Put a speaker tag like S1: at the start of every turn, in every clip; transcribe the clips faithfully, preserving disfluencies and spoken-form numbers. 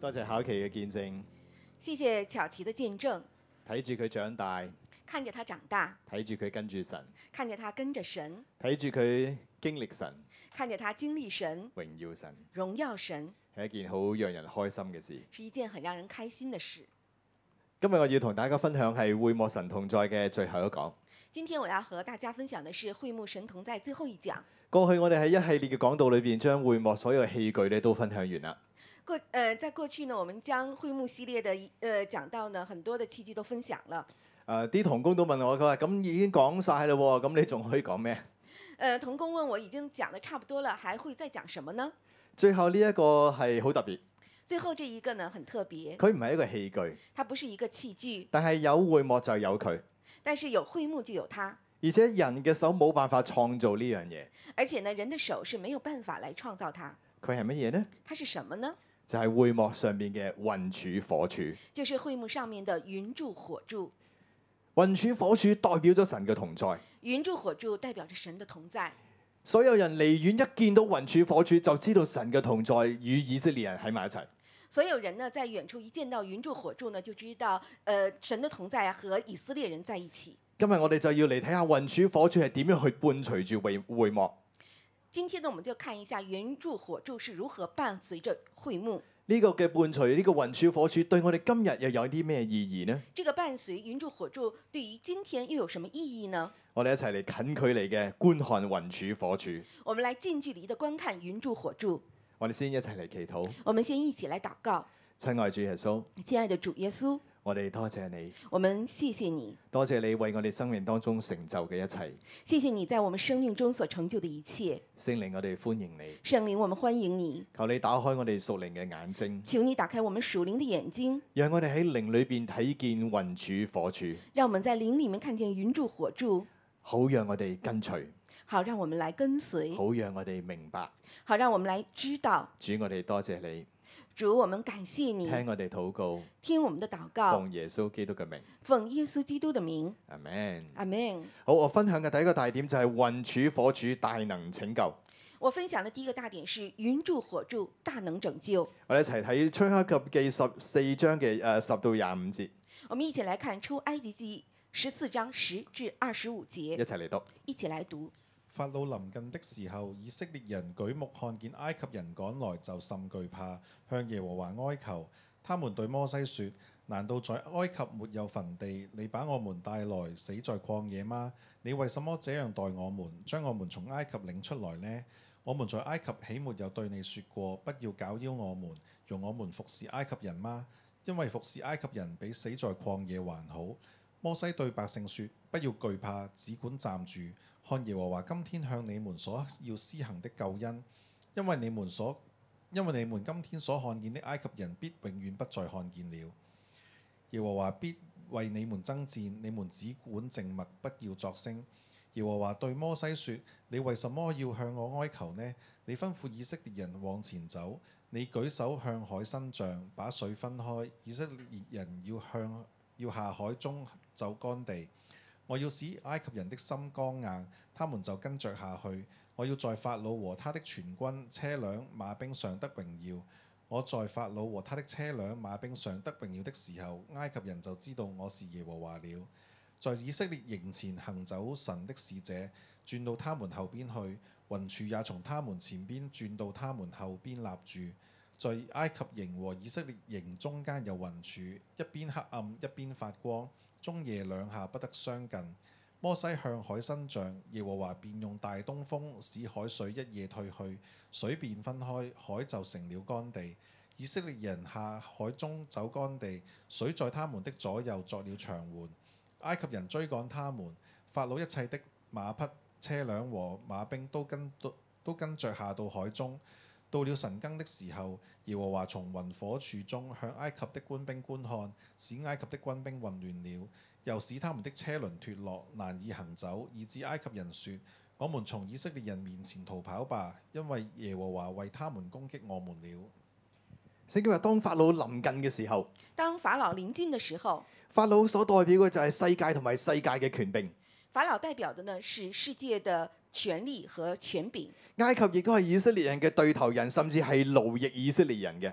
S1: 多謝巧琪嘅見證，
S2: 谢谢巧琪的见证，
S1: 睇住佢長大，
S2: 看着他長大，
S1: 睇住佢跟住神，
S2: 看着他跟着神，
S1: 睇住佢經歷神、
S2: 看着他經歷神、
S1: 榮耀神，
S2: 榮耀神，
S1: 係一件好讓人開心嘅事。
S2: 是一件很讓人開心的事。
S1: 今日我要同大家分享係會幕神同在嘅最後一講。
S2: 今天我要和大家分享的是會幕神同在最後一講。
S1: 過去我哋喺一系列嘅講道裏邊，將會幕所有嘅器具咧都分享完啦。
S2: 過呃，在過去呢，我們將會幕系列的呃講到呢，很多的器具都分享了。
S1: 誒啲童工都問我，佢話：咁已經講晒啦喎，咁你仲可以講咩？
S2: 呃，童工問我已經講得差不多了，還會再講什麼呢？
S1: 最後呢一個係好特別，
S2: 最後這一個呢，很特別，
S1: 佢唔係一個器具，
S2: 它不是一個器具，
S1: 但係有會幕就有佢，
S2: 但是有會幕就有它，
S1: 而且人嘅手冇辦法創造呢樣嘢。
S2: 而且呢，人的手是沒有辦法來創造它。
S1: 佢係乜嘢呢？
S2: 它是什麼呢？
S1: 就係會幕上邊嘅雲柱火柱。
S2: 就是會幕上面的雲柱火柱。
S1: 雲柱火柱代表咗神嘅同在。
S2: 雲柱火柱代表着神的同在。
S1: 所有人離遠一見到雲柱火柱，就知道神嘅同在與以色列人喺埋一齊。
S2: 所有人呢，在遠處一見到雲柱火柱呢，就知道，呃，神的同在和以色列人在一起。
S1: 今日我哋就要嚟睇下雲柱火柱係點樣去伴隨住會會幕。
S2: 今天呢，我們就看一下雲柱火柱是如何伴隨着會幕。
S1: 呢個嘅伴隨呢個雲柱火柱對我哋今日又有啲咩意義呢？
S2: 這個伴隨雲柱火柱對於今天又有什麼意義呢？
S1: 我哋一齊嚟近距離嘅觀看雲柱火柱。
S2: 我們來近距離的觀看雲柱火柱。
S1: 我哋先一齊嚟祈禱。
S2: 我們先一起來禱告。
S1: 親愛主耶穌，
S2: 親愛的主耶穌，
S1: 我哋多謝你，
S2: 我們謝謝你，
S1: 多謝你為我哋生命當中成就嘅一切。
S2: 謝謝你在我們生命中所成就的一切。
S1: 聖靈，我哋歡迎你。
S2: 聖靈，我們歡迎你。
S1: 求你打開我哋屬靈嘅眼睛，
S2: 求你打開我們屬靈的眼睛，
S1: 讓我哋喺靈裏邊睇見雲柱火柱，
S2: 讓我們在靈裡面看見雲柱火柱，
S1: 好讓我哋跟隨，
S2: 好讓我們來跟隨，
S1: 好讓我哋明白。
S2: 好讓我們來知道。
S1: 主，我哋多謝你，
S2: 主，我們感謝你，
S1: 聽我哋禱告，
S2: 聽我們的禱告，
S1: 奉耶穌基督嘅名，
S2: 奉耶穌基督的名，
S1: 阿門。
S2: 阿門。
S1: 好，我分享嘅第一個大點就係雲柱火柱大能拯救。
S2: 我分享的第一個大點是雲柱火柱大能拯救。
S1: 我哋一齊睇出埃及記十四章嘅誒十到廿五節，
S2: 我們一起來看出埃及記十四章十至二十五節，
S1: 一齊嚟讀。
S2: 一起來讀。
S3: 法老臨近的時候，以色列人舉目看見埃及人趕來，就甚懼怕，向耶和華哀求。他們對摩西說：難道在埃及沒有墳地？你把我們帶來死在曠野嗎？你為什麼這樣待我們，將我們從埃及領出來呢？我們在埃及豈沒有對你說過，不要攪擾我們，容我們服侍埃及人嗎？因為服侍埃及人比死在曠野還好。摩西對百姓說：不要懼怕，只管站住，看耶和華今天向你們所要施行的救恩，因為你們所因為你們今天所看見的埃及人必永遠不再看見了。耶和華必為你們爭戰，你們只管靜默，不要作聲。耶和華對摩西說：你為什麼要向我哀求呢？你吩咐以色列人往前走，你舉手向海伸杖，把水分開，以色列人要向要下海中走乾地。我要使埃及人的心剛硬，他們就跟着下去。我要在法老和他的全軍、車輛、馬兵上得榮耀。我在法老和他的車輛、馬兵上得榮耀的時候，埃及人就知道我是耶和華了。在以色列營前行走神的使者，轉到他們後邊去，雲柱也從他們前邊轉到他們後邊立住。在埃及營和以色列營中間有雲柱，一邊黑暗，一邊發光，中夜兩下不得相近。摩西向海伸杖，耶和華便用大東風使海水一夜退去，水便分開，海就成了乾地。以色列人下海中走乾地，水在他們的左右作了牆垣。埃及人追趕他們，法老一切的馬匹、車輛和馬兵都跟都跟着下到海中。到了晨更的時候，耶和華從雲火柱中向埃及的官兵觀看，使埃及的軍兵混亂了，又使他們的車輪脫落，難以行走，以致埃及人說：我們從以色列人面前逃跑吧，因為耶和華為他們攻擊我們了。
S1: 聖經話：當法老臨近嘅時候，
S2: 當法老臨近的時候，
S1: 法老所代表嘅就係世界同埋世界嘅權柄。
S2: 法老代表的呢是世界的權力和權柄。
S1: 埃及亦都係以色列人嘅對頭人，甚至係奴役以色列人嘅。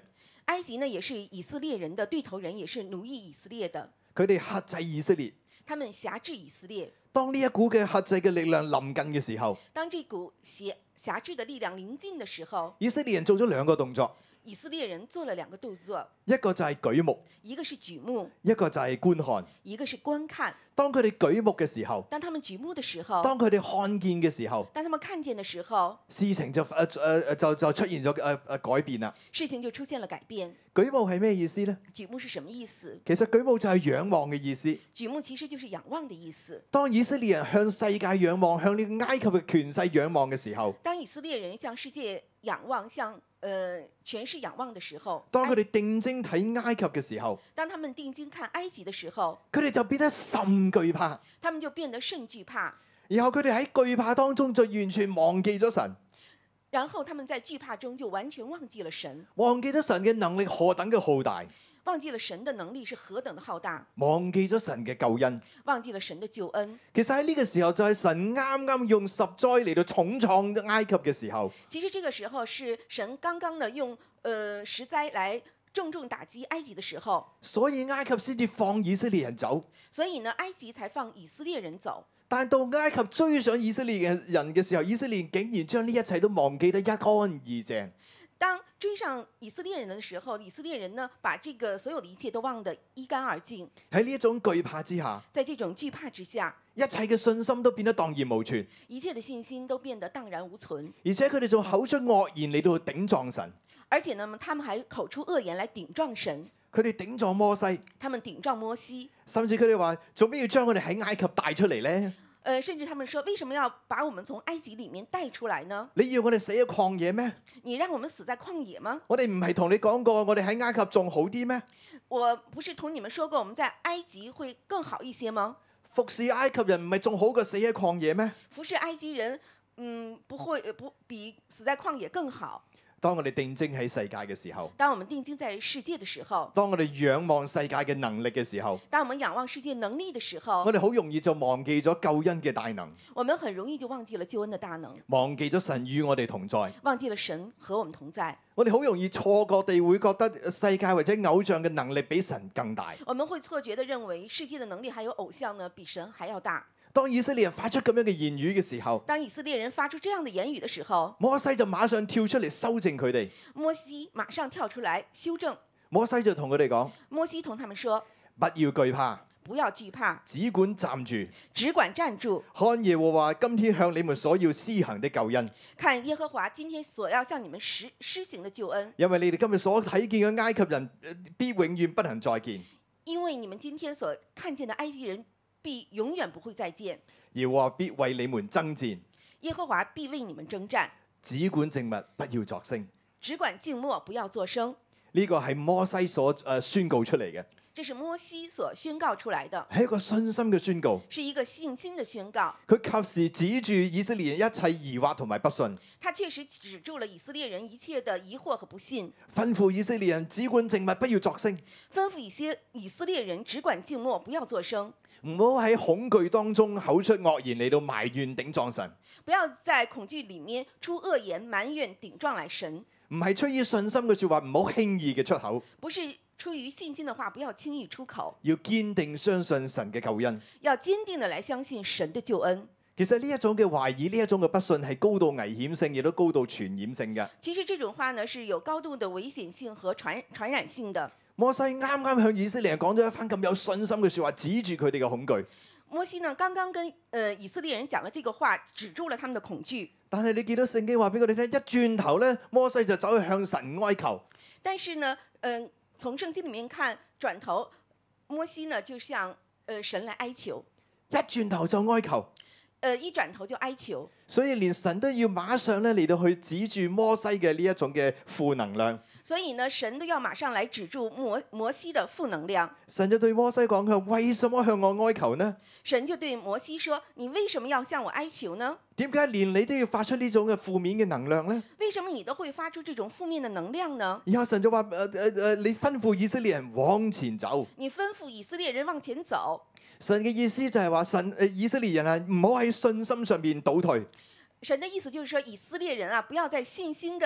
S2: 埃及呢也是以色列人的對頭人，也是奴役以色列的。
S1: 佢哋克制以色列。
S2: 他們轄制以色列。
S1: 當呢一股嘅克制嘅力量臨近嘅時候，
S2: 當這股轄轄制的力量臨近的時候，
S1: 以色列人做咗兩個動作，
S2: 以色列人做了兩個動作，
S1: 一個就係舉目，
S2: 一個是舉目，
S1: 一個就係觀看。
S2: 一個是觀看。
S1: 當佢哋舉目嘅時候，
S2: 當他們舉目的時候，
S1: 當佢哋看見嘅時候，
S2: 當他們看見的時候，
S1: 事情就誒誒誒就就出現咗誒誒改變啦。
S2: 事情就出現了改變。
S1: 舉目係咩意思呢？
S2: 舉目是什麼意思？
S1: 其實舉目就係仰望嘅意思。
S2: 舉目其實就是仰望的意思。
S1: 當以色列人向世界仰望，向呢個埃及嘅權勢仰望嘅時候，
S2: 當以色列人向世界仰望，向呃全是仰望的時候，
S1: 當佢哋定睛睇埃及嘅時候，
S2: 當他們定睛看埃及的時候，
S1: 佢哋就變得甚懼怕。
S2: 他們就變得甚懼怕。
S1: 然後佢哋喺懼怕當中就完全忘記咗神，
S2: 然後他們在懼怕中就完全忘記了神，
S1: 忘記咗神嘅能力何等嘅浩大，
S2: 忘記了神的能力是何等的浩大，
S1: 忘記咗神嘅救恩。
S2: 忘記了神的救恩。
S1: 其實喺呢個時候就係神啱啱用十災嚟到重創埃及嘅時候。
S2: 其實這個時候是神剛剛的用呃十災來重重打擊埃及的時候，
S1: 所以埃及先至放以色列人走。
S2: 所以呢埃及才放以色列人走。
S1: 但到埃及追上以色列嘅人嘅時候，以色列竟然將呢一切都忘記得一乾二淨。
S2: 當追上以色列人的時候，以色列人呢把這個所有的一切都忘得一乾二淨。
S1: 喺呢一種懼怕之下，
S2: 在這種懼怕之下，
S1: 一切嘅信心都變得蕩然無存，
S2: 一切的信心都變得蕩然無存。
S1: 而且佢哋仲口出惡言嚟到頂撞神。
S2: 而且呢，他們還口出惡言來頂撞神。
S1: 佢哋頂撞摩西，
S2: 他們頂撞摩西，
S1: 甚至佢哋話：做咩要將我哋喺埃及帶出嚟呢？
S2: 呃，甚至他們說：為什麼要把我們從埃及裡面帶出來呢？
S1: 你要我哋死喺曠野咩？
S2: 你讓我們死在曠野嗎？
S1: 我哋唔係同你講過，我哋喺埃及仲好啲咩？
S2: 我不是同你們說過，我們在埃及會更好一些嗎？
S1: 服侍埃及人唔係仲好過死喺曠野咩？
S2: 服侍埃及人，嗯，不會，呃不比死在曠野更好。
S1: 當我哋定睛喺世界嘅時候，
S2: 當我們定睛在世界的時候，
S1: 當我哋仰望世界嘅能力嘅時候，
S2: 當我們仰望世界能力的時候，
S1: 我哋好容易就忘記咗救恩嘅大能，
S2: 我們很容易就忘記了救恩的大能，
S1: 忘記咗神與我哋同在，
S2: 忘記了神和我們同在。
S1: 我哋好容易錯覺地會覺得世界或者偶像嘅能力比神更大。
S2: 我們會錯覺地認為世界的能力還有偶像呢，比神還要大。
S1: 當以色列人發出咁樣嘅言語嘅時候，
S2: 當以色列人發出這樣的言語的時候，
S1: 摩西就馬上跳出嚟修正佢哋。
S2: 摩西馬上跳出來修正。
S1: 摩西就同佢哋講：
S2: 摩西同他們說：
S1: 不要懼怕，
S2: 不要懼怕，
S1: 只管站住，
S2: 只管站住，
S1: 看耶和華今天向你們所要施行的救恩。
S2: 看耶和華今天所要向你們施施行的救恩。
S1: 因為你哋今日所睇見嘅埃及人，呃必永遠不能再見。
S2: 因為你們今天所看見的埃及人，必永遠不會再見。
S1: 耶和華必為你們爭戰，
S2: 耶和華必為你們征戰，
S1: 只管靜默，不要作聲。
S2: 只管靜默，不要作聲。
S1: 呢個係摩西所誒宣告出嚟嘅，
S2: 這是摩西所宣告出來的，
S1: 係一個信心嘅宣告。
S2: 是一個信心的宣告。
S1: 佢及時指住以色列人一切疑惑同埋不信，
S2: 他確實指住了以色列人一切的疑惑和不信，
S1: 吩咐以色列人只管靜默，不要作聲。
S2: 吩咐一些以色列人只管靜默，不要作聲。
S1: 唔好喺恐懼當中口出惡言嚟到埋怨頂撞神，
S2: 不要在恐懼裡面出惡言埋怨頂撞來神。
S1: 唔係出於信心嘅説話，唔好輕易嘅出口，
S2: 不是出於信心的話，不要輕易出口。
S1: 要堅定相信神嘅救恩。
S2: 要堅定的來相信神的救恩。
S1: 其實呢一種嘅懷疑，呢一種嘅不信係高度危險性，亦都高度傳染性嘅。
S2: 其實這種話呢是有高度的危險性和傳傳染性的。
S1: 摩西啱啱向以色列人講咗一番咁有信心嘅説話，指住佢哋嘅恐懼。
S2: 摩西呢剛剛跟呃以色列人講了這個話，指住了他們的恐懼。
S1: 但係你見到聖經話俾我哋聽，一轉頭咧，摩西就走去向神哀求。
S2: 但是呢，嗯、呃，從聖經裡面看，轉頭摩西呢就向呃神來哀求，
S1: 一轉頭就哀求。
S2: 呃，一轉頭就哀求。
S1: 所以連神都要馬上咧嚟到去指住摩西嘅呢一種嘅負能量。
S2: 所以呢，神都要馬上來指住摩摩西的負能量。
S1: 神就對摩西講：佢話為什麼向我哀求呢？
S2: 神就對摩西說：你為什麼要向我哀求呢？
S1: 點解連你都要發出呢種嘅負面嘅能量呢？
S2: 為什麼你都會發出這種負面的能量呢？
S1: 然後神就話：誒誒誒，你吩咐以色列人往前走。
S2: 你吩咐以色列人往前走。
S1: 神嘅意思就係話，神誒以色列人啊，唔好喺信心上邊倒退。
S2: 神的意思就是說，以色列人啊，不要在信心的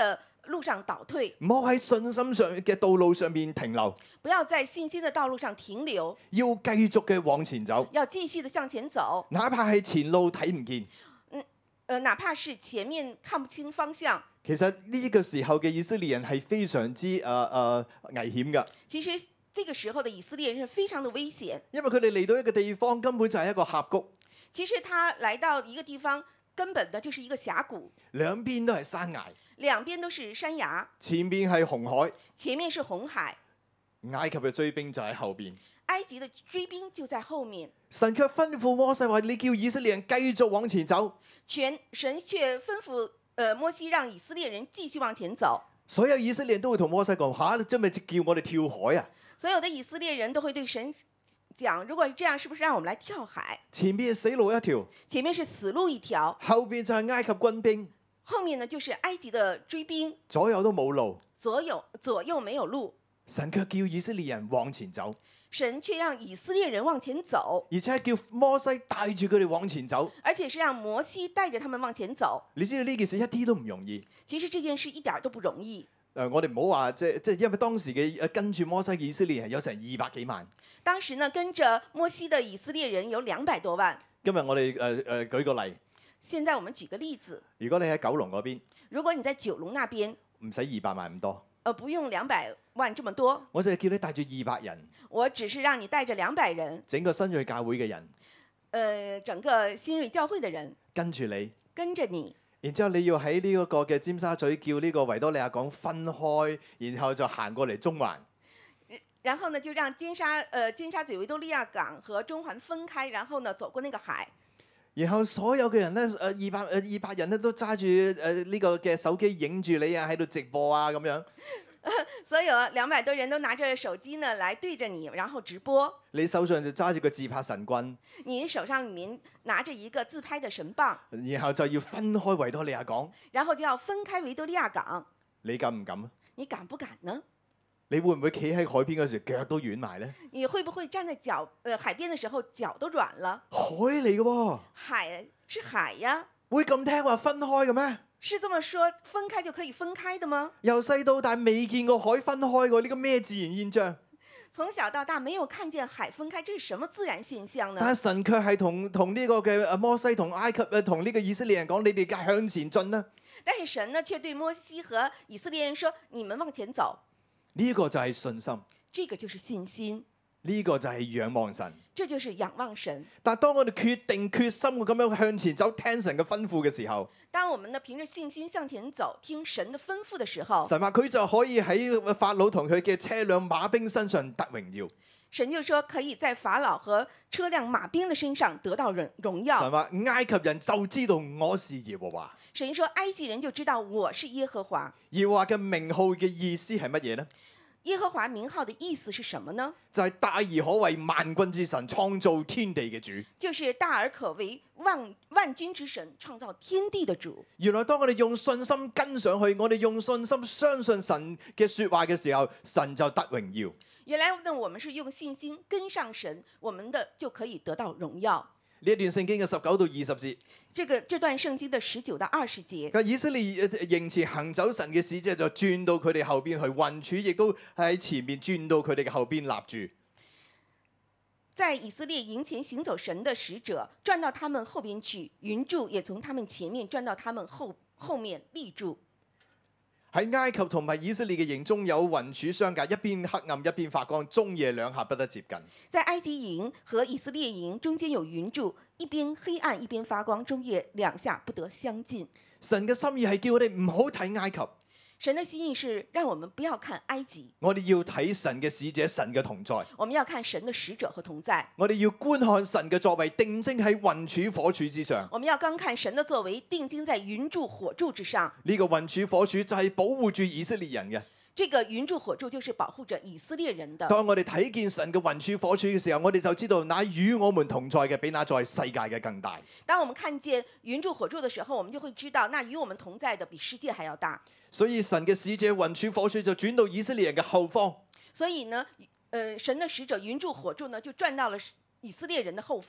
S2: 路上倒退，
S1: 唔好喺信心上嘅道路上面停留，
S2: 不要在信心的道路上停留，
S1: 要繼續嘅往前走，
S2: 要繼續的向前走。
S1: 哪怕係前路睇唔見。
S2: 呃，哪怕是前面看不清方向，
S1: 其實呢個時候嘅以色列人係非常之誒誒、呃呃、危險㗎，
S2: 其實這個時候的以色列人是非常的危險，
S1: 因為佢哋嚟到一個地方根本就係一個峽谷，
S2: 其實他來到一個地方，根本的就是一個峽谷，
S1: 兩邊都係山崖，
S2: 兩邊都是山崖，
S1: 前面係紅海，
S2: 前面是紅海，
S1: 埃及嘅追兵就喺後邊。
S2: 埃及的追兵就在後面，
S1: 神卻吩咐摩西話：你叫以色列人繼續往前走。
S2: 全神卻吩咐呃摩西讓以色列人繼續往前走。
S1: 所有以色列人都會同摩西講：吓、啊，你真係叫我哋跳海啊！
S2: 所有的以色列人都會對神講：如果這樣，是不是讓我們來跳海？
S1: 前面死路一條，
S2: 前面是死路一條，
S1: 後邊就係埃及軍兵，
S2: 後面呢就是埃及的追兵，
S1: 左右都冇路。
S2: 左右左右沒有路，
S1: 神卻叫以色列人往前走。
S2: 神卻讓以色列人往前走，
S1: 而且叫摩西帶住佢哋往前走。
S2: 而且是讓摩西帶着他們往前走。
S1: 你知道呢件事一啲都唔容易。
S2: 其實這件事一點都不容易。
S1: 誒、呃，我哋唔好話即係即係，因為當時嘅誒跟住摩西嘅以色列人有成二百幾萬。
S2: 當時呢，跟着摩西的以色列人有兩百多萬。
S1: 今日我哋誒誒舉個例，
S2: 現在我們舉個例子，
S1: 如果你喺九龍嗰邊，
S2: 如果你在九龍那邊，
S1: 唔使二百萬咁多，
S2: 呃，不用兩百萬這麼多，
S1: 我就係叫你帶住二百人，
S2: 我只是讓你帶着兩百人，
S1: 整個新銳教會嘅人，
S2: 呃，整個新銳教會的人
S1: 跟住你，
S2: 跟着你，
S1: 然之後你要喺呢一個嘅尖沙咀叫呢個維多利亞港分開，然後就行過嚟中環。
S2: 然後呢就讓尖沙呃尖沙咀維多利亞港和中環分開，然後呢走過那個海。
S1: 然後所有嘅人咧，誒二百誒二百人咧都揸住誒呢個嘅手機影住你啊，喺度直播啊咁樣。
S2: 所有兩百多人都拿着手機呢來對着你，然後直播。
S1: 你手上就揸住個自拍神棍，
S2: 你手上裡面拿着一個自拍的神棒，
S1: 然後就要分開維多利亞港。
S2: 然後就要分開維多利亞港。
S1: 你敢唔敢啊？
S2: 你敢不敢呢？
S1: 你會唔會企喺海邊嗰時腳都軟埋咧？
S2: 你會不會站在腳呃海邊的時候腳都軟了？
S1: 海嚟嘅喎，
S2: 海是海呀，
S1: 會咁聽話分開嘅咩？
S2: 是這麼說分開就可以分開的嗎？
S1: 由細到大未見過海分開過，呢個咩自然現象？
S2: 從小到大沒有看見海分開，這是什麼自然現象呢？
S1: 但係神卻係同同呢個嘅摩西同埃及誒同呢個以色列人講：你哋向前進啦！
S2: 但是神呢卻對摩西和以色列人說：你們往前走。
S1: 呢個就係信心，
S2: 這個就是信心，
S1: 呢個就係仰望神。
S2: 這就是仰望神。
S1: 但係當我哋決定決心嘅咁樣向前走，聽神嘅吩咐嘅時候，
S2: 當我們呢憑着信心向前走，聽神的吩咐的時候，
S1: 神話佢就可以喺法老同佢嘅車輛馬兵身上得榮耀。
S2: 神就說可以在法老和車輛馬兵的身上得到榮榮耀。
S1: 神話埃及人就知道我是耶和華。
S2: 神說埃及人就知道我是耶和華。
S1: 耶和華嘅名號嘅意思係乜嘢呢？
S2: 耶和華名號的意思是什麼呢？
S1: 就係大而可畏萬軍之神，創造天地嘅主。
S2: 就是大而可畏萬萬軍之神，創造天地的主。
S1: 原來當我哋用信心跟上去，我哋用信心相信神嘅說話嘅時候，神就得榮耀。
S2: 原來呢，我們是用信心跟上神，我們的就可以得到榮耀。
S1: 呢一段聖經嘅十九到二十節，
S2: 這個這段聖經的十九到二十節，
S1: 以色列營前行走神嘅使者就轉到佢哋後邊去，雲柱亦都喺前面轉到佢哋嘅後邊立住。
S2: 在以色列營前行走神的使者轉到他們後邊去，雲柱也從他們前面轉到他們後後面立住。
S1: 喺埃及同埋以色列嘅營中有雲柱相隔，一邊黑暗一邊發光，終夜兩下不得接近。
S2: 在埃及營和以色列營中間有雲柱，一邊黑暗一邊發光，終夜兩下不得相近。
S1: 神嘅心意係叫我哋唔好睇埃及。
S2: 神的心意是讓我們不要看埃及，
S1: 我哋要睇神嘅使者，神嘅同在。
S2: 我們要看神的使者和同在。
S1: 我哋要觀看神嘅作為，定睛喺雲柱火柱之上。
S2: 我們要觀看神的作為，定睛在雲柱火柱之上。
S1: 呢個雲柱火柱就係保護住以色列人嘅。
S2: 這個雲柱火柱就是保護着以色列人的。
S1: 當我哋睇見神嘅雲柱火柱嘅時候，我哋就知道那與我們同在嘅比那在世界嘅更大。
S2: 當我們看見雲柱火柱的時候，我們就會知道那與我們同在的比世界還要大。
S1: 所以神嘅使者雲柱火柱就轉到以色列人嘅後方。
S2: 所以呢，呃，神的使者雲柱火柱呢就轉到了以色列人的後方。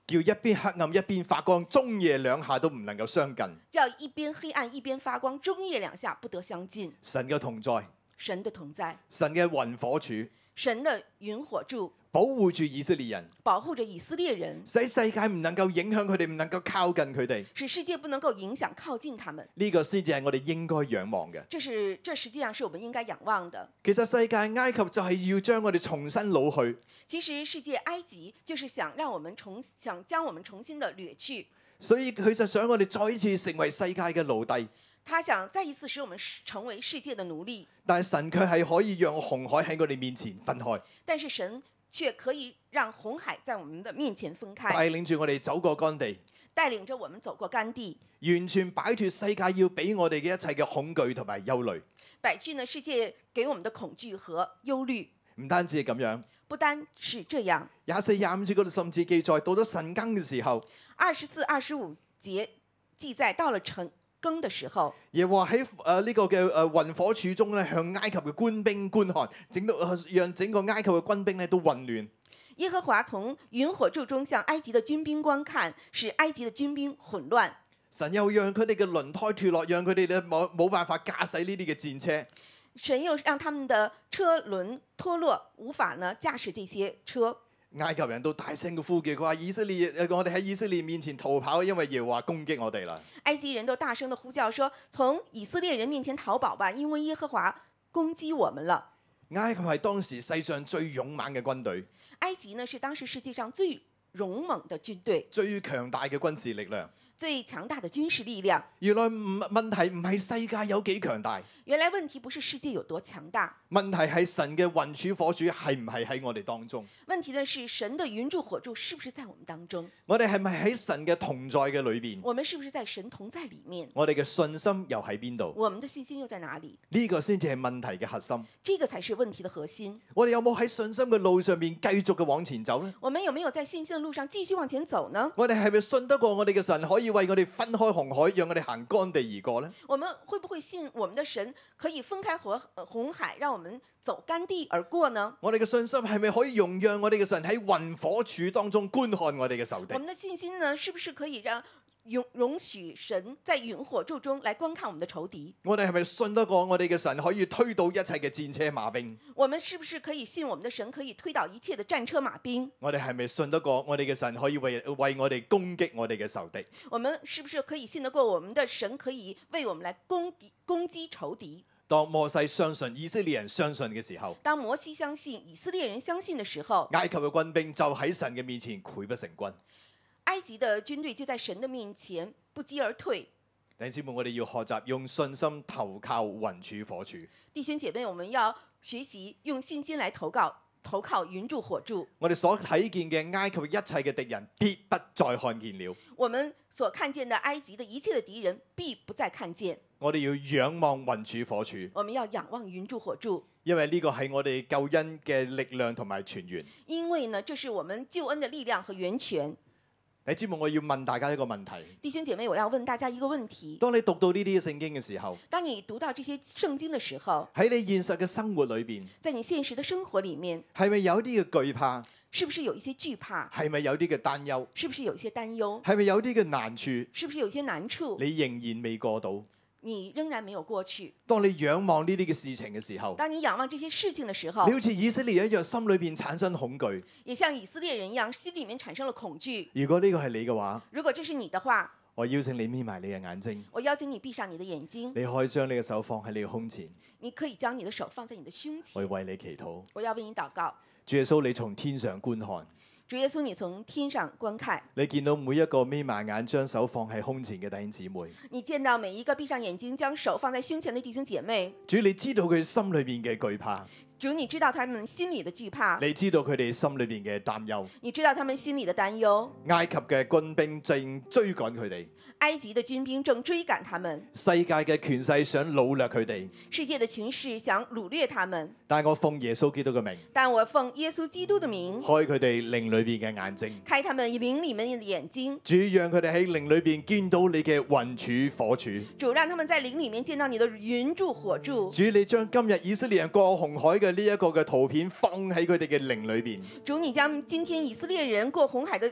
S1: 叫一邊黑暗一邊發光，中夜兩下都唔能夠相近。
S2: 叫一邊黑暗一邊發光，中夜兩下不得相近。
S1: 神嘅同在，
S2: 神的同在，
S1: 神嘅雲火柱，
S2: 神的雲火柱
S1: 保護住以色列人，
S2: 保護着以色列人，
S1: 使世界唔能夠影響佢哋，唔能夠靠近佢哋。
S2: 使世界不能夠影響靠近他們。
S1: 呢個先至係我哋應該仰望嘅。
S2: 這是這實際上是我們應該仰望的。
S1: 其實世界埃及就係要將我哋重新擄去，
S2: 其實世界埃及就是想讓我們重想將我們重新的掠去，
S1: 所以佢就想我哋再一次成為世界嘅奴隸。
S2: 他想再一次使我們成為世界的奴隸。
S1: 但係神卻係可以讓紅海喺我哋面前分開，
S2: 但是神卻可以讓紅海在我們的面前分開，
S1: 帶領住我哋走過乾地，
S2: 帶領着我們走過乾地，
S1: 完全擺脫世界要俾我哋嘅一切嘅恐懼同埋憂慮。
S2: 擺去呢世界給我們的恐懼和憂慮。
S1: 唔單止係咁樣，
S2: 不單是這樣，
S1: 廿四廿五節嗰度甚至記載，到咗晨更嘅時候，
S2: 二十四、二十五節記載到了晨更的時候，
S1: 耶和華喺誒呢個嘅誒雲火柱中咧，向埃及嘅官兵觀看，整到讓整個埃及嘅軍兵咧都混亂。
S2: 耶和華從雲火柱中向埃及的軍兵觀看，使埃及的軍兵混亂。
S1: 神又讓佢哋嘅輪胎脫落，讓佢哋咧冇冇辦法駕駛呢啲嘅戰車。
S2: 神又讓他們的車輪脫落，無法呢駕駛這些車。
S1: 埃及人都大聲嘅呼叫，佢話以色列，我哋喺以色列面前逃跑，因為耶和華攻擊我哋啦。
S2: 埃及人都大聲的呼叫說：從以色列人面前逃跑吧，因為耶和華攻擊我們了。
S1: 埃及係當時世上最勇猛嘅軍隊，
S2: 埃及呢是當時世界上最勇猛的軍隊，
S1: 最強大嘅軍事力量。
S2: 最強大的軍事力量。
S1: 原來唔問題唔係世界有幾強大，
S2: 原來問題不是世界有多強大，
S1: 問題係神嘅雲柱火柱係唔係喺我哋當中？
S2: 問題呢是神的雲柱火柱是不是在我們當中？
S1: 我哋係咪喺神嘅同在嘅裏邊？
S2: 我們是不是在神同在裡面？
S1: 我哋嘅信心又喺邊度？
S2: 我們的信心又在哪裡？
S1: 呢個先至係問題嘅核心。
S2: 這個才是問題的核心。
S1: 我哋有冇喺信心嘅路上面繼續嘅往前走呢？
S2: 我們有沒有在信心的路上繼續往前走呢？
S1: 我哋係咪信得過我哋嘅神可以為我哋分開紅海，讓我哋行乾地而過呢？
S2: 我們會不會信我們的神可以分開紅紅海，讓我們走乾地而過呢？
S1: 我哋嘅信心係咪可以容讓我哋嘅神喺雲火柱當中觀看我哋嘅仇敵
S2: 我？們的信心呢，是不是可以讓容容許神在雲火柱中來觀看我們的仇敵？
S1: 我哋係咪信得過我哋嘅神可以推倒一切嘅戰車馬兵？
S2: 我們是不是可以信我們的神可以推倒一切的戰車馬兵？
S1: 我哋係咪信得過我哋嘅神可以為為我哋攻擊我哋嘅仇敵？
S2: 我們是不是可以信得過我們的神可以為我們來攻敵攻擊仇敵？
S1: 當摩西相信以色列人相信嘅時候，
S2: 當摩西相信以色列人相信的時候，
S1: 埃及嘅軍兵就喺神嘅面前潰不成軍。
S2: 埃及的軍隊就在神的面前不擊而退。
S1: 弟兄姊妹，我哋要學習用信心投靠雲柱火柱。
S2: 弟兄姐妹，我們要學習用信心來投靠投靠雲柱火柱。
S1: 我哋所睇見嘅埃及一切嘅敵人，必不再看見了。
S2: 我們所看見的埃及的一切的敵人，必不再看見。
S1: 我哋要仰望雲柱火柱，
S2: 我們要仰望雲柱火柱，
S1: 因為呢個係我哋救恩嘅力量同埋泉源。
S2: 因為呢，這是我們救恩的力量和源泉。
S1: 你知冇？我要問大家一個問題：
S2: 弟兄姐妹，我要問大家一個問題。
S1: 當你讀到呢啲聖經嘅時候，
S2: 當你讀到這些聖經的時候，
S1: 喺你現實嘅生活裏邊，
S2: 在你現實的生活裡面，
S1: 係咪有啲嘅懼怕？
S2: 是不是有一些懼怕？
S1: 係咪有啲嘅擔憂？
S2: 是不是有一些擔憂？
S1: 係咪有啲嘅難處？
S2: 是不是有一些難處？
S1: 你仍然未過到。
S2: 你仍然沒有過去。
S1: 當你仰望呢啲嘅事情嘅時候，
S2: 當你仰望這些事情的時候，
S1: 你好似以色列一樣，心裏邊產生恐懼。
S2: 也像以色列人一樣，心裡面產生了恐懼。
S1: 如果呢個係你嘅話，
S2: 如果這是你的話，
S1: 我邀請你眯埋你嘅眼睛，
S2: 我邀請你閉上你的眼睛。
S1: 你可以將你嘅手放喺你嘅胸前，
S2: 你可以將你的手放在你的胸前。
S1: 我要為你祈禱。
S2: 我要為你禱告。
S1: 主耶穌，你從天上觀看。
S2: 主耶穌，你從天上觀看，
S1: 你見到每一個眯埋眼將手放喺胸前嘅弟兄姊妹。
S2: 你見到每一個閉上眼睛將手放在胸前的弟兄姐妹。
S1: 主，你知道佢心裏面嘅懼怕。
S2: 主，你知道他們心裡的懼怕。
S1: 你知道佢哋心裏邊嘅擔憂。
S2: 你知道他們心裡的擔憂。
S1: 埃及嘅軍兵正追趕佢哋。
S2: 埃及的軍兵正追趕他們。
S1: 世界嘅權勢想擄掠佢哋。
S2: 世界的權勢想擄掠他們。
S1: 但我奉耶穌基督嘅名。
S2: 但我奉耶穌基督的名。
S1: 開佢哋靈裏邊嘅眼睛。
S2: 開他們靈裡面的眼睛。
S1: 主，讓佢哋喺靈裏邊見到你嘅雲柱火柱。
S2: 主，讓他們在靈裡面見到你的雲柱火柱。
S1: 主，你將今日以色列人過紅海嘅呢一個嘅圖片放喺佢哋嘅靈裏邊。
S2: 主，你將今天以色列人過紅海的